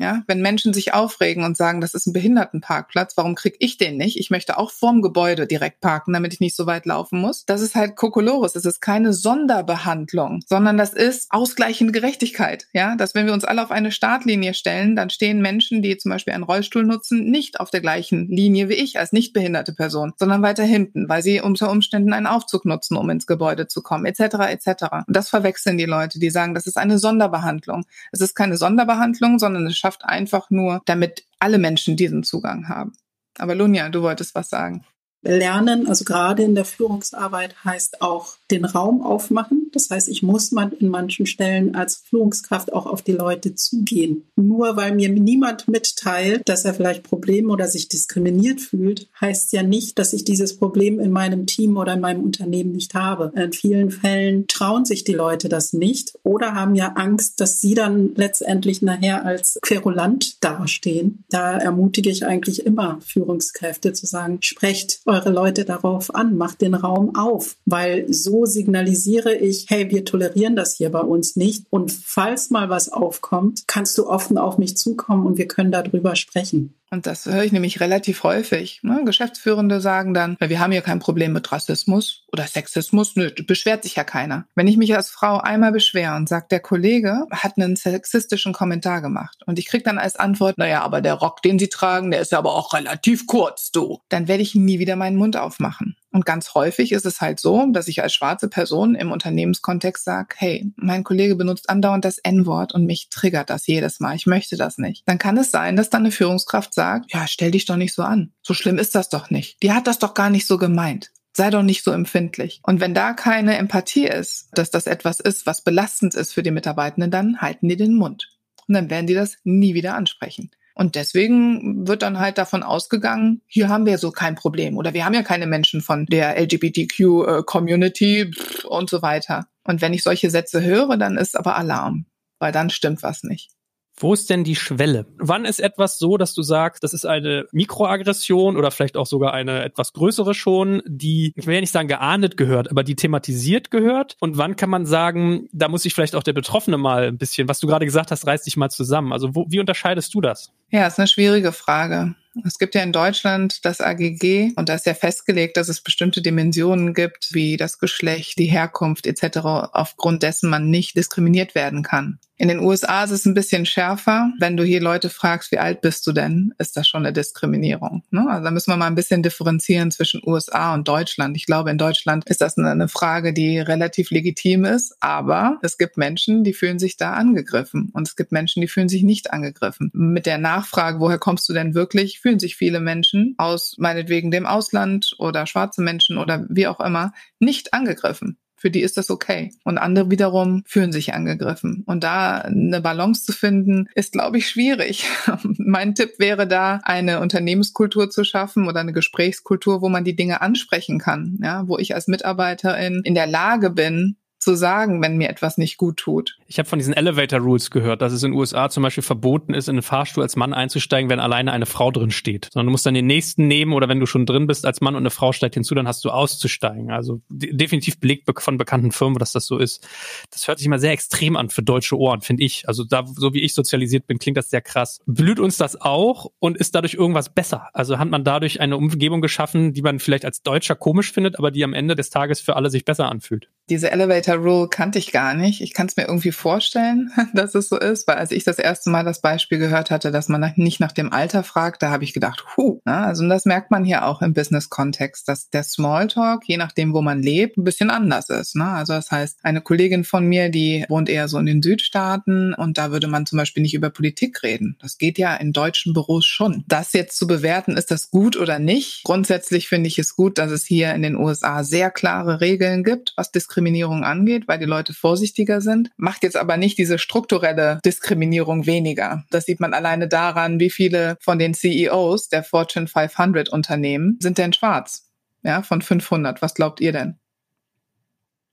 Ja, wenn Menschen sich aufregen und sagen, das ist ein Behindertenparkplatz, warum krieg ich den nicht? Ich möchte auch vorm Gebäude direkt parken, damit ich nicht so weit laufen muss. Das ist halt Kokolores. Das ist keine Sonderbehandlung, sondern das ist ausgleichende Gerechtigkeit. Ja, dass wenn wir uns alle auf eine Startlinie stellen, dann stehen Menschen, die zum Beispiel einen Rollstuhl nutzen, nicht auf der gleichen Linie wie ich als nicht behinderte Person, sondern weiter hinten, weil sie unter Umständen einen Aufzug nutzen, um ins Gebäude zu kommen, et cetera et cetera. Und das verwechseln die Leute, die sagen, das ist eine Sonderbehandlung. Es ist keine Sonderbehandlung, sondern es schafft einfach nur, damit alle Menschen diesen Zugang haben. Aber Lunja, du wolltest was sagen. Lernen, also gerade in der Führungsarbeit, heißt auch den Raum aufmachen. Das heißt, ich muss man in manchen Stellen als Führungskraft auch auf die Leute zugehen. Nur weil mir niemand mitteilt, dass er vielleicht Probleme oder sich diskriminiert fühlt, heißt ja nicht, dass ich dieses Problem in meinem Team oder in meinem Unternehmen nicht habe. In vielen Fällen trauen sich die Leute das nicht oder haben ja Angst, dass sie dann letztendlich nachher als querulant dastehen. Da ermutige ich eigentlich immer Führungskräfte zu sagen, sprecht eure Leute darauf an, macht den Raum auf, weil so signalisiere ich, hey, wir tolerieren das hier bei uns nicht und falls mal was aufkommt, kannst du offen auf mich zukommen und wir können darüber sprechen. Und das höre ich nämlich relativ häufig. Ne? Geschäftsführende sagen dann, wir haben hier kein Problem mit Rassismus oder Sexismus. Nö, beschwert sich ja keiner. Wenn ich mich als Frau einmal beschwere und sage, der Kollege hat einen sexistischen Kommentar gemacht und ich kriege dann als Antwort, naja, aber der Rock, den Sie tragen, der ist ja aber auch relativ kurz, du. Dann werde ich nie wieder meinen Mund aufmachen. Und ganz häufig ist es halt so, dass ich als schwarze Person im Unternehmenskontext sage, hey, mein Kollege benutzt andauernd das En-Wort und mich triggert das jedes Mal. Ich möchte das nicht. Dann kann es sein, dass dann eine Führungskraft sagt, ja, stell dich doch nicht so an. So schlimm ist das doch nicht. Die hat das doch gar nicht so gemeint. Sei doch nicht so empfindlich. Und wenn da keine Empathie ist, dass das etwas ist, was belastend ist für die Mitarbeitenden, dann halten die den Mund. Und dann werden die das nie wieder ansprechen. Und deswegen wird dann halt davon ausgegangen, hier haben wir so kein Problem oder wir haben ja keine Menschen von der L G B T Q-Community und so weiter. Und wenn ich solche Sätze höre, dann ist aber Alarm, weil dann stimmt was nicht. Wo ist denn die Schwelle? Wann ist etwas so, dass du sagst, das ist eine Mikroaggression oder vielleicht auch sogar eine etwas größere schon, die, ich will ja nicht sagen geahndet gehört, aber die thematisiert gehört? Und wann kann man sagen, da muss sich vielleicht auch der Betroffene mal ein bisschen, was du gerade gesagt hast, reiß dich mal zusammen. Also wo, wie unterscheidest du das? Ja, ist eine schwierige Frage. Es gibt ja in Deutschland das A G G und da ist ja festgelegt, dass es bestimmte Dimensionen gibt, wie das Geschlecht, die Herkunft et cetera, aufgrund dessen man nicht diskriminiert werden kann. In den U S A ist es ein bisschen schärfer. Wenn du hier Leute fragst, wie alt bist du denn, ist das schon eine Diskriminierung. Ne? Also da müssen wir mal ein bisschen differenzieren zwischen U S A und Deutschland. Ich glaube, in Deutschland ist das eine Frage, die relativ legitim ist, aber es gibt Menschen, die fühlen sich da angegriffen und es gibt Menschen, die fühlen sich nicht angegriffen. Mit der Nachfrage, woher kommst du denn wirklich, fühlen sich viele Menschen aus meinetwegen dem Ausland oder schwarze Menschen oder wie auch immer nicht angegriffen. Für die ist das okay. Und andere wiederum fühlen sich angegriffen. Und da eine Balance zu finden, ist, glaube ich, schwierig. Mein Tipp wäre da, eine Unternehmenskultur zu schaffen oder eine Gesprächskultur, wo man die Dinge ansprechen kann. Ja, wo ich als Mitarbeiterin in der Lage bin, zu sagen, wenn mir etwas nicht gut tut. Ich habe von diesen Elevator Rules gehört, dass es in den U S A zum Beispiel verboten ist, in einen Fahrstuhl als Mann einzusteigen, wenn alleine eine Frau drin steht. Sondern du musst dann den nächsten nehmen oder wenn du schon drin bist als Mann und eine Frau steigt hinzu, dann hast du auszusteigen. Also de- definitiv belegt von bekannten Firmen, dass das so ist. Das hört sich immer sehr extrem an für deutsche Ohren, finde ich. Also da, so wie ich sozialisiert bin, klingt das sehr krass. Blüht uns das auch und ist dadurch irgendwas besser? Also hat man dadurch eine Umgebung geschaffen, die man vielleicht als Deutscher komisch findet, aber die am Ende des Tages für alle sich besser anfühlt? Diese Elevator Rule kannte ich gar nicht. Ich kann es mir irgendwie vorstellen, dass es so ist, weil als ich das erste Mal das Beispiel gehört hatte, dass man nicht nach dem Alter fragt, da habe ich gedacht, huh. Also das merkt man hier auch im Business-Kontext, dass der Smalltalk, je nachdem, wo man lebt, ein bisschen anders ist. Also das heißt, eine Kollegin von mir, die wohnt eher so in den Südstaaten und da würde man zum Beispiel nicht über Politik reden. Das geht ja in deutschen Büros schon. Das jetzt zu bewerten, ist das gut oder nicht? Grundsätzlich finde ich es gut, dass es hier in den U S A sehr klare Regeln gibt, was Diskriminierung angeht, weil die Leute vorsichtiger sind. Macht jetzt aber nicht diese strukturelle Diskriminierung weniger. Das sieht man alleine daran, wie viele von den C E Os der Fortune fünfhundert Unternehmen sind denn schwarz. Ja, von fünfhundert. Was glaubt ihr denn?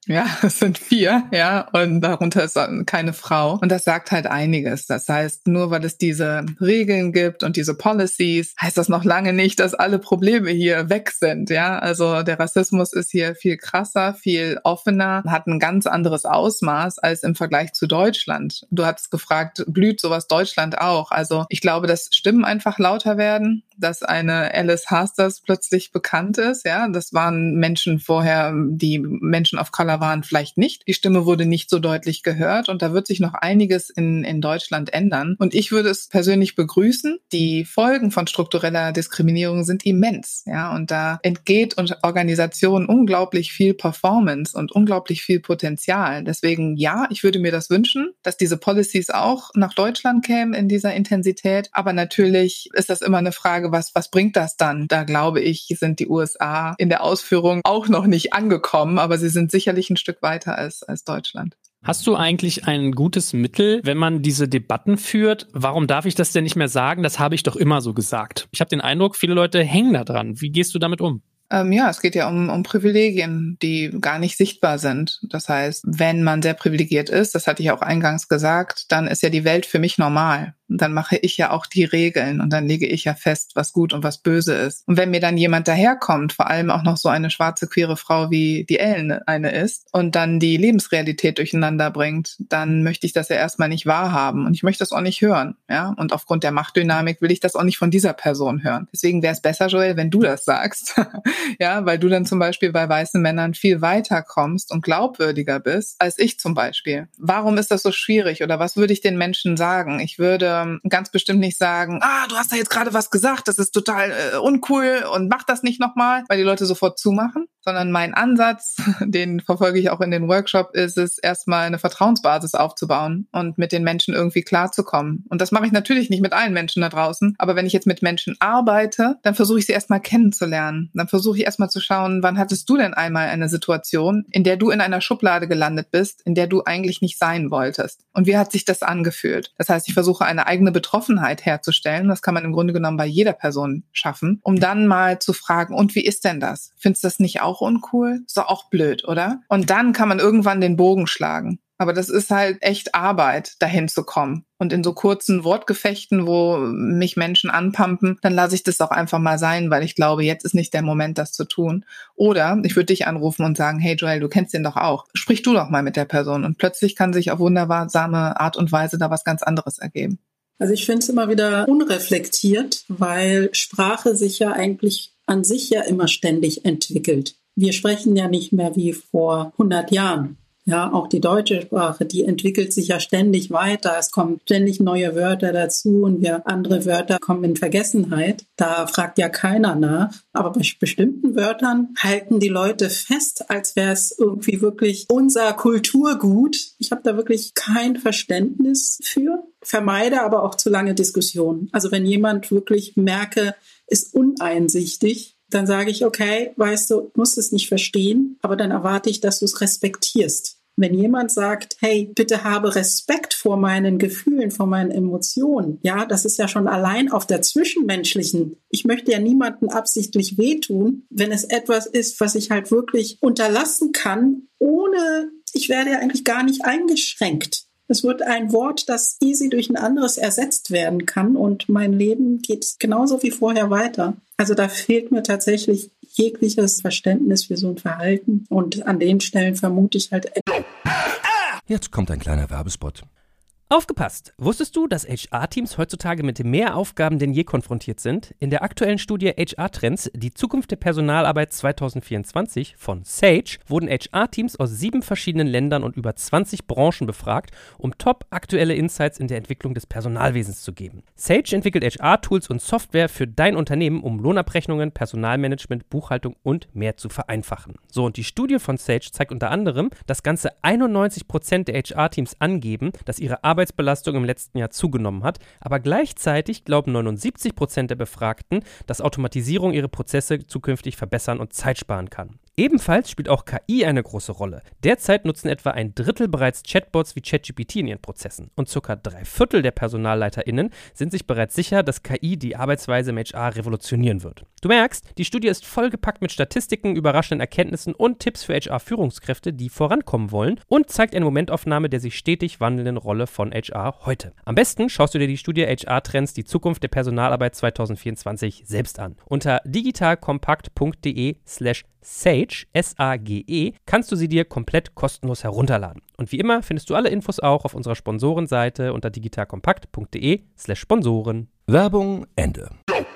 Ja, es sind vier, ja, und darunter ist keine Frau. Und das sagt halt einiges. Das heißt, nur weil es diese Regeln gibt und diese Policies, heißt das noch lange nicht, dass alle Probleme hier weg sind, ja. Also der Rassismus ist hier viel krasser, viel offener, hat ein ganz anderes Ausmaß als im Vergleich zu Deutschland. Du hattest gefragt, blüht sowas Deutschland auch? Also ich glaube, dass Stimmen einfach lauter werden, dass eine Alice Hasters plötzlich bekannt ist, ja. Das waren Menschen vorher, die Menschen of Color waren vielleicht nicht. Die Stimme wurde nicht so deutlich gehört und da wird sich noch einiges in, in Deutschland ändern. Und ich würde es persönlich begrüßen. Die Folgen von struktureller Diskriminierung sind immens, ja. Und da entgeht Organisationen unglaublich viel Performance und unglaublich viel Potenzial. Deswegen ja, ich würde mir das wünschen, dass diese Policies auch nach Deutschland kämen in dieser Intensität. Aber natürlich ist das immer eine Frage, was, was bringt das dann? Da glaube ich, sind die U S A in der Ausführung auch noch nicht angekommen, aber sie sind sicherlich ein Stück weiter als, als Deutschland. Hast du eigentlich ein gutes Mittel, wenn man diese Debatten führt? Warum darf ich das denn nicht mehr sagen? Das habe ich doch immer so gesagt. Ich habe den Eindruck, viele Leute hängen da dran. Wie gehst du damit um? Ähm, ja, es geht ja um, um Privilegien, die gar nicht sichtbar sind. Das heißt, wenn man sehr privilegiert ist, das hatte ich auch eingangs gesagt, dann ist ja die Welt für mich normal. Und dann mache ich ja auch die Regeln und dann lege ich ja fest, was gut und was böse ist. Und wenn mir dann jemand daherkommt, vor allem auch noch so eine schwarze, queere Frau wie die Ellen eine ist und dann die Lebensrealität durcheinander bringt, dann möchte ich das ja erstmal nicht wahrhaben und ich möchte das auch nicht hören. Ja? Und aufgrund der Machtdynamik will ich das auch nicht von dieser Person hören. Deswegen wäre es besser, Joel, wenn du das sagst. Ja, weil du dann zum Beispiel bei weißen Männern viel weiter kommst und glaubwürdiger bist als ich zum Beispiel. Warum ist das so schwierig oder was würde ich den Menschen sagen? Ich würde ganz bestimmt nicht sagen, ah, du hast da jetzt gerade was gesagt, das ist total äh, uncool und mach das nicht nochmal, weil die Leute sofort zumachen, sondern mein Ansatz, den verfolge ich auch in den Workshop, ist es, erstmal eine Vertrauensbasis aufzubauen und mit den Menschen irgendwie klarzukommen. Und das mache ich natürlich nicht mit allen Menschen da draußen, aber wenn ich jetzt mit Menschen arbeite, dann versuche ich sie erstmal kennenzulernen. Dann versuche ich erstmal zu schauen, wann hattest du denn einmal eine Situation, in der du in einer Schublade gelandet bist, in der du eigentlich nicht sein wolltest? Und wie hat sich das angefühlt? Das heißt, ich versuche eine eigene Betroffenheit herzustellen. Das kann man im Grunde genommen bei jeder Person schaffen, um dann mal zu fragen, und wie ist denn das? Findest du das nicht auch uncool? Ist doch auch blöd, oder? Und dann kann man irgendwann den Bogen schlagen. Aber das ist halt echt Arbeit, dahin zu kommen. Und in so kurzen Wortgefechten, wo mich Menschen anpumpen, dann lasse ich das auch einfach mal sein, weil ich glaube, jetzt ist nicht der Moment, das zu tun. Oder ich würde dich anrufen und sagen, hey Joel, du kennst den doch auch. Sprich du doch mal mit der Person. Und plötzlich kann sich auf wundersame Art und Weise da was ganz anderes ergeben. Also ich finde es immer wieder unreflektiert, weil Sprache sich ja eigentlich an sich ja immer ständig entwickelt. Wir sprechen ja nicht mehr wie vor hundert Jahren. Ja, auch die deutsche Sprache, die entwickelt sich ja ständig weiter. Es kommen ständig neue Wörter dazu und wir andere Wörter kommen in Vergessenheit. Da fragt ja keiner nach. Aber bei bestimmten Wörtern halten die Leute fest, als wäre es irgendwie wirklich unser Kulturgut. Ich habe da wirklich kein Verständnis für. Vermeide aber auch zu lange Diskussionen. Also wenn jemand wirklich merke, ist uneinsichtig, dann sage ich, okay, weißt du, du musst es nicht verstehen, aber dann erwarte ich, dass du es respektierst. Wenn jemand sagt, hey, bitte habe Respekt vor meinen Gefühlen, vor meinen Emotionen, ja, das ist ja schon allein auf der zwischenmenschlichen. Ich möchte ja niemandem absichtlich wehtun, wenn es etwas ist, was ich halt wirklich unterlassen kann, ohne, ich werde ja eigentlich gar nicht eingeschränkt. Es wird ein Wort, das easy durch ein anderes ersetzt werden kann und mein Leben geht genauso wie vorher weiter. Also da fehlt mir tatsächlich jegliches Verständnis für so ein Verhalten und an den Stellen vermute ich halt... Jetzt kommt ein kleiner Werbespot. Aufgepasst! Wusstest du, dass H R-Teams heutzutage mit mehr Aufgaben denn je konfrontiert sind? In der aktuellen Studie H R-Trends, die Zukunft der Personalarbeit zwanzig vierundzwanzig von Sage, wurden H R-Teams aus sieben verschiedenen Ländern und über zwanzig Branchen befragt, um top aktuelle Insights in der Entwicklung des Personalwesens zu geben. Sage entwickelt H R-Tools und Software für dein Unternehmen, um Lohnabrechnungen, Personalmanagement, Buchhaltung und mehr zu vereinfachen. So, und die Studie von Sage zeigt unter anderem, dass ganze einundneunzig Prozent der H R-Teams angeben, dass ihre Arbeit Arbeitsbelastung im letzten Jahr zugenommen hat, aber gleichzeitig glauben neunundsiebzig Prozent der Befragten, dass Automatisierung ihre Prozesse zukünftig verbessern und Zeit sparen kann. Ebenfalls spielt auch K I eine große Rolle. Derzeit nutzen etwa ein Drittel bereits Chatbots wie ChatGPT in ihren Prozessen. Und circa drei Viertel der PersonalleiterInnen sind sich bereits sicher, dass K I die Arbeitsweise im H R revolutionieren wird. Du merkst, die Studie ist vollgepackt mit Statistiken, überraschenden Erkenntnissen und Tipps für H R-Führungskräfte, die vorankommen wollen, und zeigt eine Momentaufnahme der sich stetig wandelnden Rolle von H R heute. Am besten schaust du dir die Studie H R-Trends, die Zukunft der Personalarbeit zwanzig vierundzwanzig selbst an. Unter digitalkompakt.de slash Sage, S A G E, kannst du sie dir komplett kostenlos herunterladen. Und wie immer findest du alle Infos auch auf unserer Sponsorenseite unter digitalkompakt.de slash Sponsoren. Werbung Ende.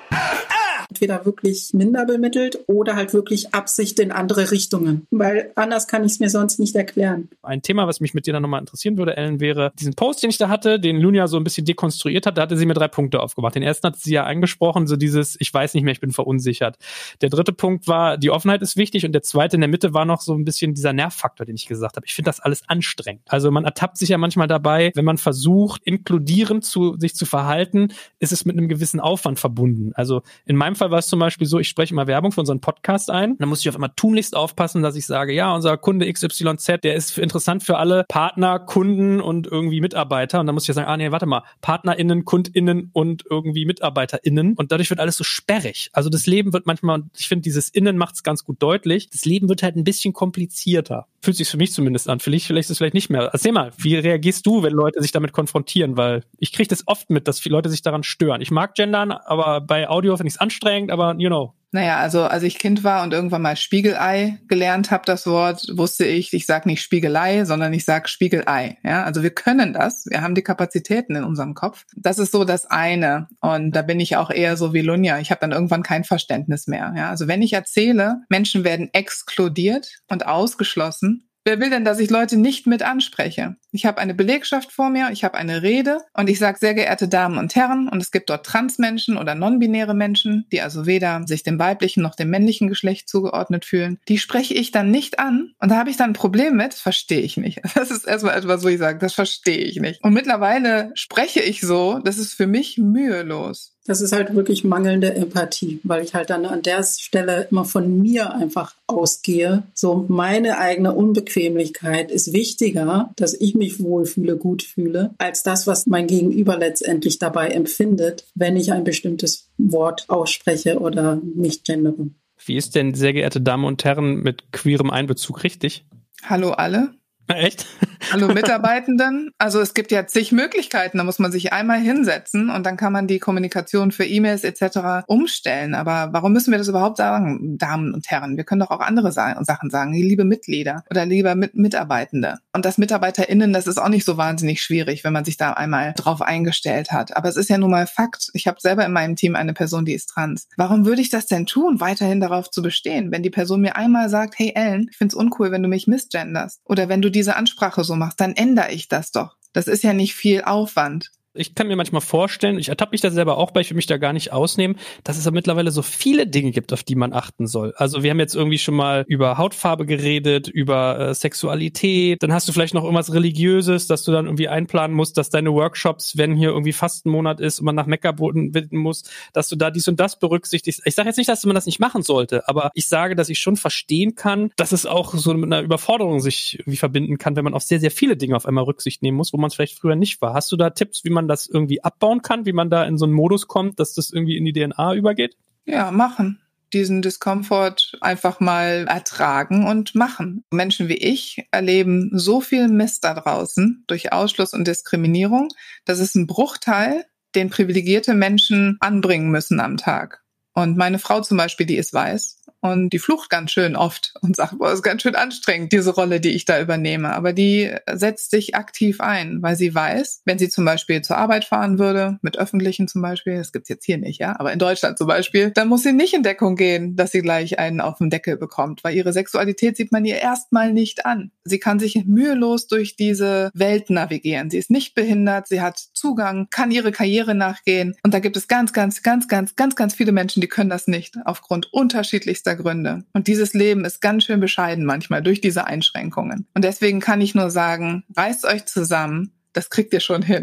Entweder wirklich minder bemittelt oder halt wirklich Absicht in andere Richtungen. Weil anders kann ich es mir sonst nicht erklären. Ein Thema, was mich mit dir dann nochmal interessieren würde, Ellen, wäre diesen Post, den ich da hatte, den Lunia so ein bisschen dekonstruiert hat. Da hatte sie mir drei Punkte aufgemacht. Den ersten hat sie ja angesprochen, so dieses, ich weiß nicht mehr, ich bin verunsichert. Der dritte Punkt war, die Offenheit ist wichtig. Und der zweite in der Mitte war noch so ein bisschen dieser Nervfaktor, den ich gesagt habe. Ich finde das alles anstrengend. Also man ertappt sich ja manchmal dabei, wenn man versucht, inkludierend zu sich zu verhalten, ist es mit einem gewissen Aufwand verbunden. Also in meinem Fall war es zum Beispiel so, ich spreche immer Werbung für unseren Podcast ein. Dann muss ich auf einmal tunlichst aufpassen, dass ich sage, ja, unser Kunde X Y Z, der ist interessant für alle Partner, Kunden und irgendwie Mitarbeiter. Und dann muss ich ja sagen, ah nee, warte mal, PartnerInnen, KundInnen und irgendwie MitarbeiterInnen. Und dadurch wird alles so sperrig. Also das Leben wird manchmal, und ich finde, dieses Innen macht es ganz gut deutlich, das Leben wird halt ein bisschen komplizierter. Fühlt sich für mich zumindest an. Vielleicht, vielleicht ist es vielleicht nicht mehr. Erzähl mal, wie reagierst du, wenn Leute sich damit konfrontieren? Weil ich kriege das oft mit, dass viele Leute sich daran stören. Ich mag Gendern, aber bei Audio finde ich es anstrengend, aber you know. Naja, also als ich Kind war und irgendwann mal Spiegelei gelernt habe, das Wort, wusste ich, ich sage nicht Spiegelei, sondern ich sage Spiegelei. Ja, also wir können das, wir haben die Kapazitäten in unserem Kopf. Das ist so das eine. Und da bin ich auch eher so wie Lunja. Ich habe dann irgendwann kein Verständnis mehr. Ja, also wenn ich erzähle, Menschen werden exkludiert und ausgeschlossen, wer will denn, dass ich Leute nicht mit anspreche? Ich habe eine Belegschaft vor mir, ich habe eine Rede und ich sage, sehr geehrte Damen und Herren, und es gibt dort Transmenschen oder non-binäre Menschen, die also weder sich dem weiblichen noch dem männlichen Geschlecht zugeordnet fühlen. Die spreche ich dann nicht an und da habe ich dann ein Problem mit, das verstehe ich nicht. Das ist erstmal etwas, wo ich sage, das verstehe ich nicht. Und mittlerweile spreche ich so, das ist für mich mühelos. Das ist halt wirklich mangelnde Empathie, weil ich halt dann an der Stelle immer von mir einfach ausgehe. So meine eigene Unbequemlichkeit ist wichtiger, dass ich mich wohlfühle, gut fühle, als das, was mein Gegenüber letztendlich dabei empfindet, wenn ich ein bestimmtes Wort ausspreche oder nicht gendere. Wie ist denn, sehr geehrte Damen und Herren, mit queerem Einbezug richtig? Hallo alle. Echt? Hallo Mitarbeitenden. Also es gibt ja zig Möglichkeiten. Da muss man sich einmal hinsetzen und dann kann man die Kommunikation für E-Mails et cetera umstellen. Aber warum müssen wir das überhaupt sagen, Damen und Herren? Wir können doch auch andere Sa- Sachen sagen, liebe Mitglieder oder lieber Mit- Mitarbeitende. Und das MitarbeiterInnen, das ist auch nicht so wahnsinnig schwierig, wenn man sich da einmal drauf eingestellt hat. Aber es ist ja nun mal Fakt. Ich habe selber in meinem Team eine Person, die ist trans. Warum würde ich das denn tun, weiterhin darauf zu bestehen, wenn die Person mir einmal sagt, hey Ellen, ich find's uncool, wenn du mich misgenderst. Oder wenn du diese Ansprache so machst, dann ändere ich das doch. Das ist ja nicht viel Aufwand. Ich kann mir manchmal vorstellen, ich ertappe mich da selber auch bei, ich will mich da gar nicht ausnehmen, dass es ja mittlerweile so viele Dinge gibt, auf die man achten soll. Also wir haben jetzt irgendwie schon mal über Hautfarbe geredet, über äh, Sexualität, dann hast du vielleicht noch irgendwas Religiöses, dass du dann irgendwie einplanen musst, dass deine Workshops, wenn hier irgendwie Fastenmonat ist und man nach Mekka bitten muss, dass du da dies und das berücksichtigst. Ich sage jetzt nicht, dass man das nicht machen sollte, aber ich sage, dass ich schon verstehen kann, dass es auch so mit einer Überforderung sich irgendwie verbinden kann, wenn man auf sehr, sehr viele Dinge auf einmal Rücksicht nehmen muss, wo man es vielleicht früher nicht war. Hast du da Tipps, wie man das irgendwie abbauen kann, wie man da in so einen Modus kommt, dass das irgendwie in die D N A übergeht? Ja, machen. Diesen Diskomfort einfach mal ertragen und machen. Menschen wie ich erleben so viel Mist da draußen durch Ausschluss und Diskriminierung. Das ist ein Bruchteil, den privilegierte Menschen anbringen müssen am Tag. Und meine Frau zum Beispiel, die ist weiß. Und die flucht ganz schön oft und sagt, boah, ist ganz schön anstrengend, diese Rolle, die ich da übernehme. Aber die setzt sich aktiv ein, weil sie weiß, wenn sie zum Beispiel zur Arbeit fahren würde, mit Öffentlichen zum Beispiel, das gibt's jetzt hier nicht, ja, aber in Deutschland zum Beispiel, dann muss sie nicht in Deckung gehen, dass sie gleich einen auf den Deckel bekommt, weil ihre Sexualität sieht man ihr erstmal nicht an. Sie kann sich mühelos durch diese Welt navigieren. Sie ist nicht behindert, sie hat Zugang, kann ihre Karriere nachgehen. Und da gibt es ganz, ganz, ganz, ganz, ganz, ganz viele Menschen, die können das nicht, aufgrund unterschiedlichster Gründe. Und dieses Leben ist ganz schön bescheiden manchmal durch diese Einschränkungen. Und deswegen kann ich nur sagen, reißt euch zusammen, das kriegt ihr schon hin.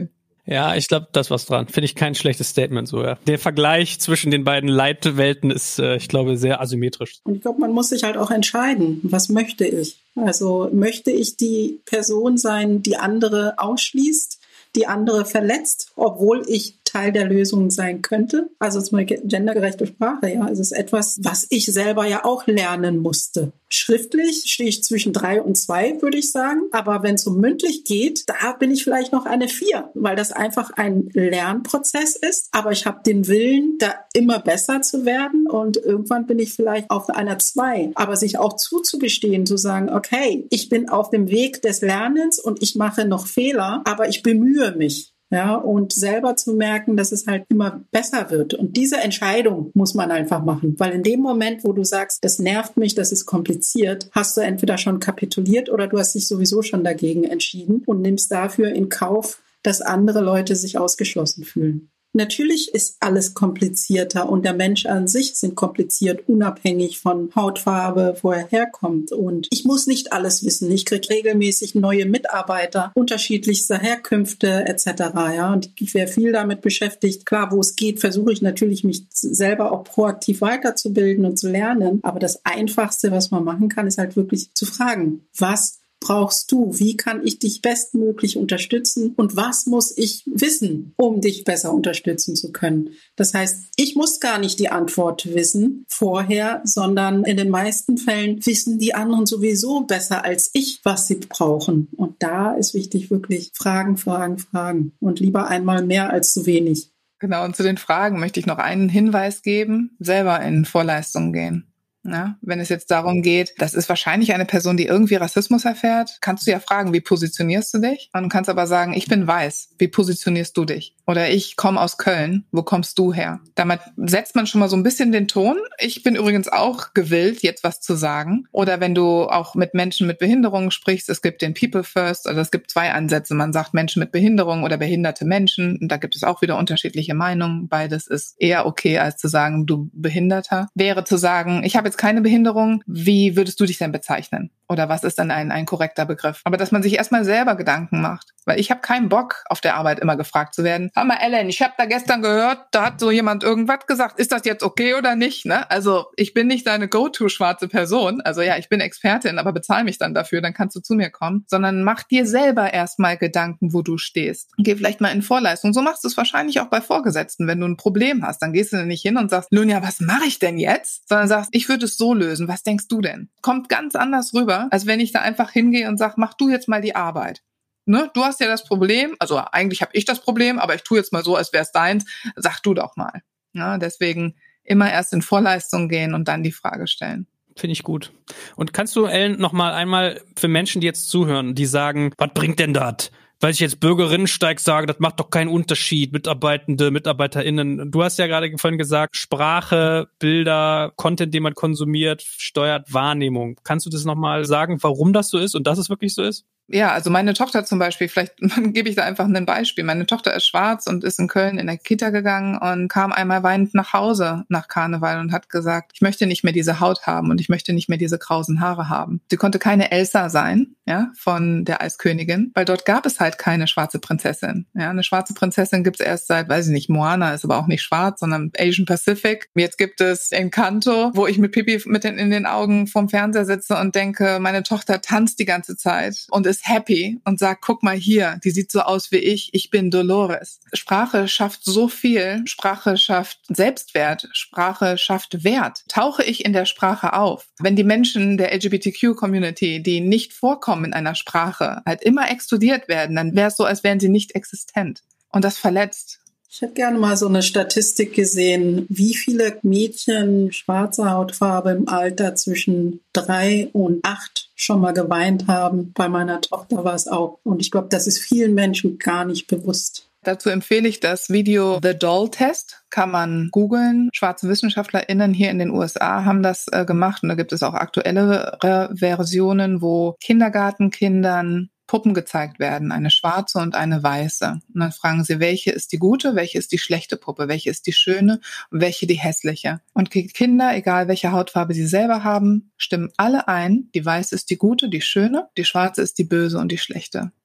Ja, ich glaube, das war's dran. Finde ich kein schlechtes Statement so, ja. Der Vergleich zwischen den beiden Leitwelten ist, äh, ich glaube, sehr asymmetrisch. Und ich glaube, man muss sich halt auch entscheiden, was möchte ich? Also möchte ich die Person sein, die andere ausschließt, die andere verletzt, obwohl ich Teil der Lösung sein könnte? Also zum Beispiel gendergerechte Sprache, ja, es ist etwas, was ich selber ja auch lernen musste. Schriftlich stehe ich zwischen drei und zwei, würde ich sagen. Aber wenn es um mündlich geht, da bin ich vielleicht noch eine vier, weil das einfach ein Lernprozess ist. Aber ich habe den Willen, da immer besser zu werden und irgendwann bin ich vielleicht auf einer zwei. Aber sich auch zuzugestehen, zu sagen, okay, ich bin auf dem Weg des Lernens und ich mache noch Fehler, aber ich bemühe mich. Ja, und selber zu merken, dass es halt immer besser wird. Und diese Entscheidung muss man einfach machen. Weil in dem Moment, wo du sagst, das nervt mich, das ist kompliziert, hast du entweder schon kapituliert oder du hast dich sowieso schon dagegen entschieden und nimmst dafür in Kauf, dass andere Leute sich ausgeschlossen fühlen. Natürlich ist alles komplizierter und der Mensch an sich sind kompliziert, unabhängig von Hautfarbe, wo er herkommt. Und ich muss nicht alles wissen. Ich kriege regelmäßig neue Mitarbeiter, unterschiedlichster Herkünfte et cetera. Ja, und ich wäre viel damit beschäftigt. Klar, wo es geht, versuche ich natürlich, mich selber auch proaktiv weiterzubilden und zu lernen. Aber das Einfachste, was man machen kann, ist halt wirklich zu fragen, was brauchst du? Wie kann ich dich bestmöglich unterstützen? Und was muss ich wissen, um dich besser unterstützen zu können? Das heißt, ich muss gar nicht die Antwort wissen vorher, sondern in den meisten Fällen wissen die anderen sowieso besser als ich, was sie brauchen. Und da ist wichtig, wirklich Fragen, Fragen, Fragen. Und lieber einmal mehr als zu wenig. Genau, und zu den Fragen möchte ich noch einen Hinweis geben. Selber in Vorleistungen gehen. Ja, wenn es jetzt darum geht, das ist wahrscheinlich eine Person, die irgendwie Rassismus erfährt, kannst du ja fragen, wie positionierst du dich? Und du kannst aber sagen, ich bin weiß, wie positionierst du dich? Oder ich komme aus Köln, wo kommst du her? Damit setzt man schon mal so ein bisschen den Ton. Ich bin übrigens auch gewillt, jetzt was zu sagen. Oder wenn du auch mit Menschen mit Behinderungen sprichst, es gibt den People First, also es gibt zwei Ansätze. Man sagt Menschen mit Behinderung oder behinderte Menschen. Und da gibt es auch wieder unterschiedliche Meinungen. Beides ist eher okay, als zu sagen, du Behinderter. Wäre zu sagen, ich habe jetzt keine Behinderung, wie würdest du dich denn bezeichnen? Oder was ist dann ein, ein korrekter Begriff? Aber dass man sich erstmal selber Gedanken macht. Weil ich habe keinen Bock, auf der Arbeit immer gefragt zu werden. Hör mal, Ellen, ich habe da gestern gehört, da hat so jemand irgendwas gesagt. Ist das jetzt okay oder nicht? Ne? Also ich bin nicht deine Go-To-schwarze Person. Also ja, ich bin Expertin, aber bezahl mich dann dafür, dann kannst du zu mir kommen. Sondern mach dir selber erstmal Gedanken, wo du stehst. Geh vielleicht mal in Vorleistung. So machst du es wahrscheinlich auch bei Vorgesetzten. Wenn du ein Problem hast, dann gehst du nicht hin und sagst, Lunja, was mache ich denn jetzt? Sondern sagst, ich würde es so lösen. Was denkst du denn? Kommt ganz anders rüber, als wenn ich da einfach hingehe und sage, mach du jetzt mal die Arbeit. Ne? Du hast ja das Problem, also eigentlich habe ich das Problem, aber ich tue jetzt mal so, als wäre es deins. Sag du doch mal. Ja, deswegen immer erst in Vorleistung gehen und dann die Frage stellen. Finde ich gut. Und kannst du, Ellen, noch mal einmal für Menschen, die jetzt zuhören, die sagen, was bringt denn das? Weil ich jetzt Bürgerinnensteig sage, das macht doch keinen Unterschied, Mitarbeitende, MitarbeiterInnen. Du hast ja gerade vorhin gesagt, Sprache, Bilder, Content, den man konsumiert, steuert Wahrnehmung. Kannst du das nochmal sagen, warum das so ist und dass es wirklich so ist? Ja, also meine Tochter zum Beispiel, vielleicht gebe ich da einfach ein Beispiel. Meine Tochter ist schwarz und ist in Köln in der Kita gegangen und kam einmal weinend nach Hause nach Karneval und hat gesagt, ich möchte nicht mehr diese Haut haben und ich möchte nicht mehr diese krausen Haare haben. Sie konnte keine Elsa sein, ja, von der Eiskönigin, weil dort gab es halt keine schwarze Prinzessin. Ja, eine schwarze Prinzessin gibt es erst seit, weiß ich nicht, Moana ist aber auch nicht schwarz, sondern Asian Pacific. Jetzt gibt es Encanto, wo ich mit Pipi mit den, in den Augen vorm Fernseher sitze und denke, meine Tochter tanzt die ganze Zeit und ist happy und sagt, guck mal hier, die sieht so aus wie ich, ich bin Dolores. Sprache schafft so viel, Sprache schafft Selbstwert, Sprache schafft Wert. Tauche ich in der Sprache auf? Wenn die Menschen der L G B T Q-Community, die nicht vorkommen in einer Sprache, halt immer exkludiert werden, dann wäre es so, als wären sie nicht existent. Und das verletzt. Ich hätte gerne mal so eine Statistik gesehen, wie viele Mädchen schwarzer Hautfarbe im Alter zwischen drei und acht schon mal geweint haben. Bei meiner Tochter war es auch. Und ich glaube, das ist vielen Menschen gar nicht bewusst. Dazu empfehle ich das Video The Doll Test. Kann man googeln. Schwarze WissenschaftlerInnen hier in den U S A haben das äh, gemacht. Und da gibt es auch aktuellere Versionen, wo Kindergartenkindern Puppen gezeigt werden, eine schwarze und eine weiße. Und dann fragen sie, welche ist die gute, welche ist die schlechte Puppe, welche ist die schöne und welche die hässliche. Und die Kinder, egal welche Hautfarbe sie selber haben, stimmen alle ein, die weiße ist die gute, die schöne, die schwarze ist die böse und die schlechte.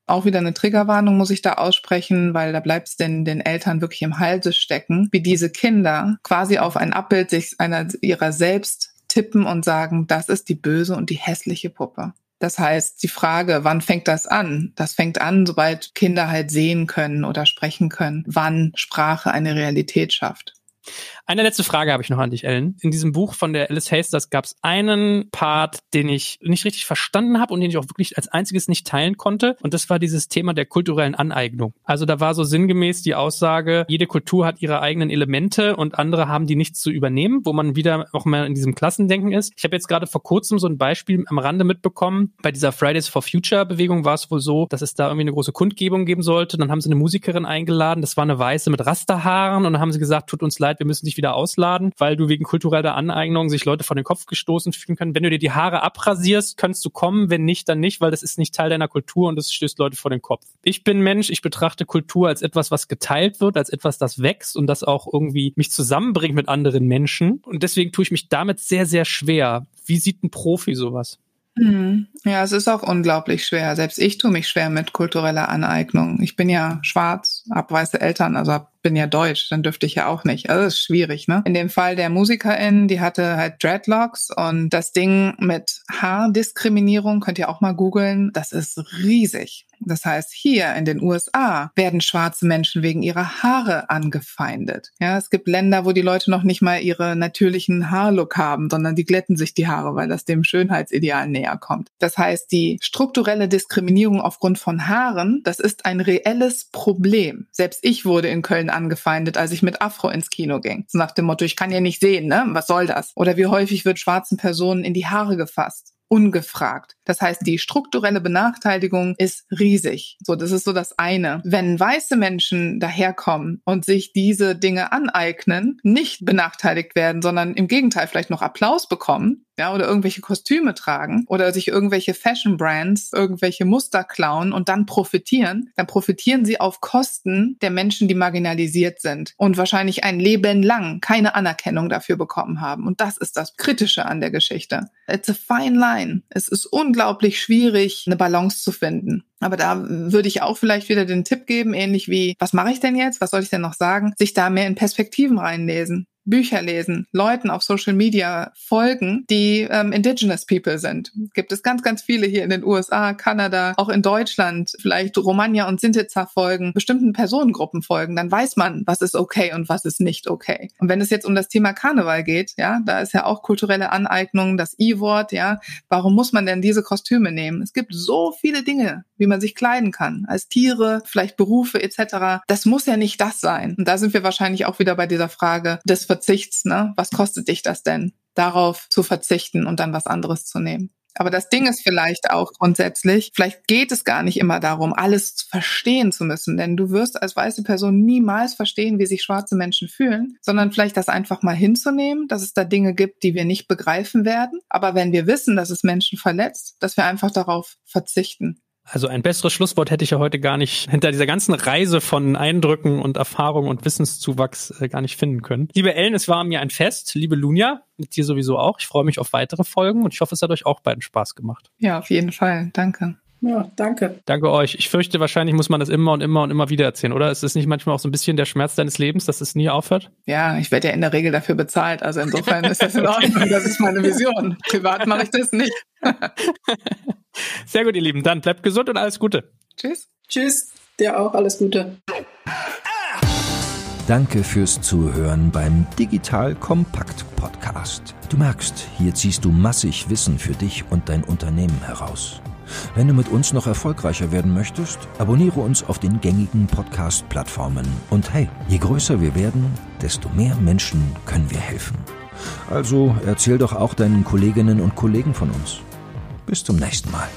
Auch wieder eine Triggerwarnung muss ich da aussprechen, weil da bleibt es den, den Eltern wirklich im Halse stecken, wie diese Kinder quasi auf ein Abbild sich einer ihrer selbst tippen und sagen, das ist die böse und die hässliche Puppe. Das heißt, die Frage, wann fängt das an? Das fängt an, sobald Kinder halt sehen können oder sprechen können, wann Sprache eine Realität schafft. Eine letzte Frage habe ich noch an dich, Ellen. In diesem Buch von der Alice Hasters gab es einen Part, den ich nicht richtig verstanden habe und den ich auch wirklich als einziges nicht teilen konnte. Und das war dieses Thema der kulturellen Aneignung. Also da war so sinngemäß die Aussage, jede Kultur hat ihre eigenen Elemente und andere haben die nicht zu übernehmen, wo man wieder auch mal in diesem Klassendenken ist. Ich habe jetzt gerade vor kurzem so ein Beispiel am Rande mitbekommen. Bei dieser Fridays for Future Bewegung war es wohl so, dass es da irgendwie eine große Kundgebung geben sollte. Dann haben sie eine Musikerin eingeladen. Das war eine Weiße mit Rasterhaaren und dann haben sie gesagt, tut uns leid, wir müssen dich wieder ausladen, weil du wegen kultureller Aneignung sich Leute vor den Kopf gestoßen fühlen können. Wenn du dir die Haare abrasierst, kannst du kommen, wenn nicht, dann nicht, weil das ist nicht Teil deiner Kultur und das stößt Leute vor den Kopf. Ich bin Mensch, ich betrachte Kultur als etwas, was geteilt wird, als etwas, das wächst und das auch irgendwie mich zusammenbringt mit anderen Menschen und deswegen tue ich mich damit sehr, sehr schwer. Wie sieht ein Profi sowas? Ja, es ist auch unglaublich schwer. Selbst ich tue mich schwer mit kultureller Aneignung. Ich bin ja schwarz, hab weiße Eltern, also bin ja deutsch, dann dürfte ich ja auch nicht. Also das ist schwierig, ne? In dem Fall der Musikerin, die hatte halt Dreadlocks und das Ding mit Haardiskriminierung, könnt ihr auch mal googeln, das ist riesig. Das heißt, hier in den U S A werden schwarze Menschen wegen ihrer Haare angefeindet. Ja, es gibt Länder, wo die Leute noch nicht mal ihre natürlichen Haarlook haben, sondern die glätten sich die Haare, weil das dem Schönheitsideal näher kommt. Das heißt, die strukturelle Diskriminierung aufgrund von Haaren, das ist ein reelles Problem. Selbst ich wurde in Köln angefeindet, als ich mit Afro ins Kino ging. So nach dem Motto, ich kann ja nicht sehen, ne? Was soll das? Oder wie häufig wird schwarzen Personen in die Haare gefasst? Ungefragt. Das heißt, die strukturelle Benachteiligung ist riesig. So, das ist so das eine. Wenn weiße Menschen daherkommen und sich diese Dinge aneignen, nicht benachteiligt werden, sondern im Gegenteil vielleicht noch Applaus bekommen, ja, oder irgendwelche Kostüme tragen oder sich irgendwelche Fashion Brands, irgendwelche Muster klauen und dann profitieren, dann profitieren sie auf Kosten der Menschen, die marginalisiert sind und wahrscheinlich ein Leben lang keine Anerkennung dafür bekommen haben. Und das ist das Kritische an der Geschichte. It's a fine line. Es ist unglaublich schwierig, eine Balance zu finden. Aber da würde ich auch vielleicht wieder den Tipp geben, ähnlich wie, was mache ich denn jetzt? Was soll ich denn noch sagen? Sich da mehr in Perspektiven reinlesen. Bücher lesen, Leuten auf Social Media folgen, die ähm, Indigenous People sind. Gibt es ganz, ganz viele hier in den U S A, Kanada, auch in Deutschland, vielleicht Romagna und Sintetza folgen, bestimmten Personengruppen folgen, dann weiß man, was ist okay und was ist nicht okay. Und wenn es jetzt um das Thema Karneval geht, ja, da ist ja auch kulturelle Aneignung, das I-Wort, ja, warum muss man denn diese Kostüme nehmen? Es gibt so viele Dinge, wie man sich kleiden kann, als Tiere, vielleicht Berufe et cetera. Das muss ja nicht das sein. Und da sind wir wahrscheinlich auch wieder bei dieser Frage des Verzichts, ne? Was kostet dich das denn, darauf zu verzichten und dann was anderes zu nehmen? Aber das Ding ist vielleicht auch grundsätzlich, vielleicht geht es gar nicht immer darum, alles verstehen zu müssen, denn du wirst als weiße Person niemals verstehen, wie sich schwarze Menschen fühlen, sondern vielleicht das einfach mal hinzunehmen, dass es da Dinge gibt, die wir nicht begreifen werden. Aber wenn wir wissen, dass es Menschen verletzt, dass wir einfach darauf verzichten. Also ein besseres Schlusswort hätte ich ja heute gar nicht hinter dieser ganzen Reise von Eindrücken und Erfahrungen und Wissenszuwachs äh, gar nicht finden können. Liebe Ellen, es war mir ein Fest. Liebe Lunja, mit dir sowieso auch. Ich freue mich auf weitere Folgen und ich hoffe, es hat euch auch beiden Spaß gemacht. Ja, auf jeden Fall. Danke. Ja, danke. Danke euch. Ich fürchte, wahrscheinlich muss man das immer und immer und immer wieder erzählen, oder? Ist es nicht manchmal auch so ein bisschen der Schmerz deines Lebens, dass es nie aufhört? Ja, ich werde ja in der Regel dafür bezahlt. Also insofern ist das in Ordnung. Das ist meine Vision. Privat mache ich das nicht. Sehr gut, ihr Lieben. Dann bleibt gesund und alles Gute. Tschüss. Tschüss. Dir auch alles Gute. Danke fürs Zuhören beim Digital Kompakt Podcast. Du merkst, hier ziehst du massig Wissen für dich und dein Unternehmen heraus. Wenn du mit uns noch erfolgreicher werden möchtest, abonniere uns auf den gängigen Podcast-Plattformen. Und hey, je größer wir werden, desto mehr Menschen können wir helfen. Also erzähl doch auch deinen Kolleginnen und Kollegen von uns. Bis zum nächsten Mal.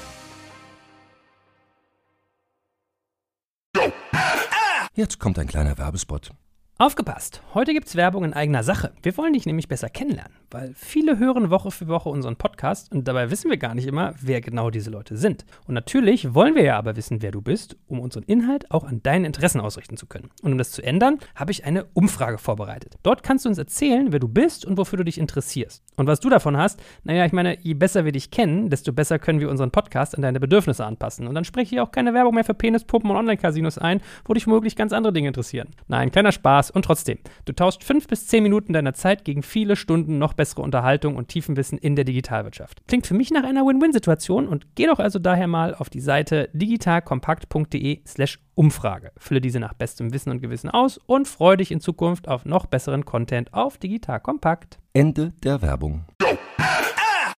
Jetzt kommt ein kleiner Werbespot. Aufgepasst! Heute gibt's Werbung in eigener Sache. Wir wollen dich nämlich besser kennenlernen, weil viele hören Woche für Woche unseren Podcast und dabei wissen wir gar nicht immer, wer genau diese Leute sind. Und natürlich wollen wir ja aber wissen, wer du bist, um unseren Inhalt auch an deinen Interessen ausrichten zu können. Und um das zu ändern, habe ich eine Umfrage vorbereitet. Dort kannst du uns erzählen, wer du bist und wofür du dich interessierst. Und was du davon hast, naja, ich meine, je besser wir dich kennen, desto besser können wir unseren Podcast an deine Bedürfnisse anpassen. Und dann spreche ich auch keine Werbung mehr für Penispuppen und Online-Casinos ein, wo dich womöglich ganz andere Dinge interessieren. Nein, kleiner Spaß. Und trotzdem, du tauschst fünf bis zehn Minuten deiner Zeit gegen viele Stunden noch bessere Unterhaltung und Tiefenwissen in der Digitalwirtschaft. Klingt für mich nach einer Win-Win-Situation und geh doch also daher mal auf die Seite digitalkompakt.de slash Umfrage. Fülle diese nach bestem Wissen und Gewissen aus und freue dich in Zukunft auf noch besseren Content auf Digital Kompakt. Ende der Werbung.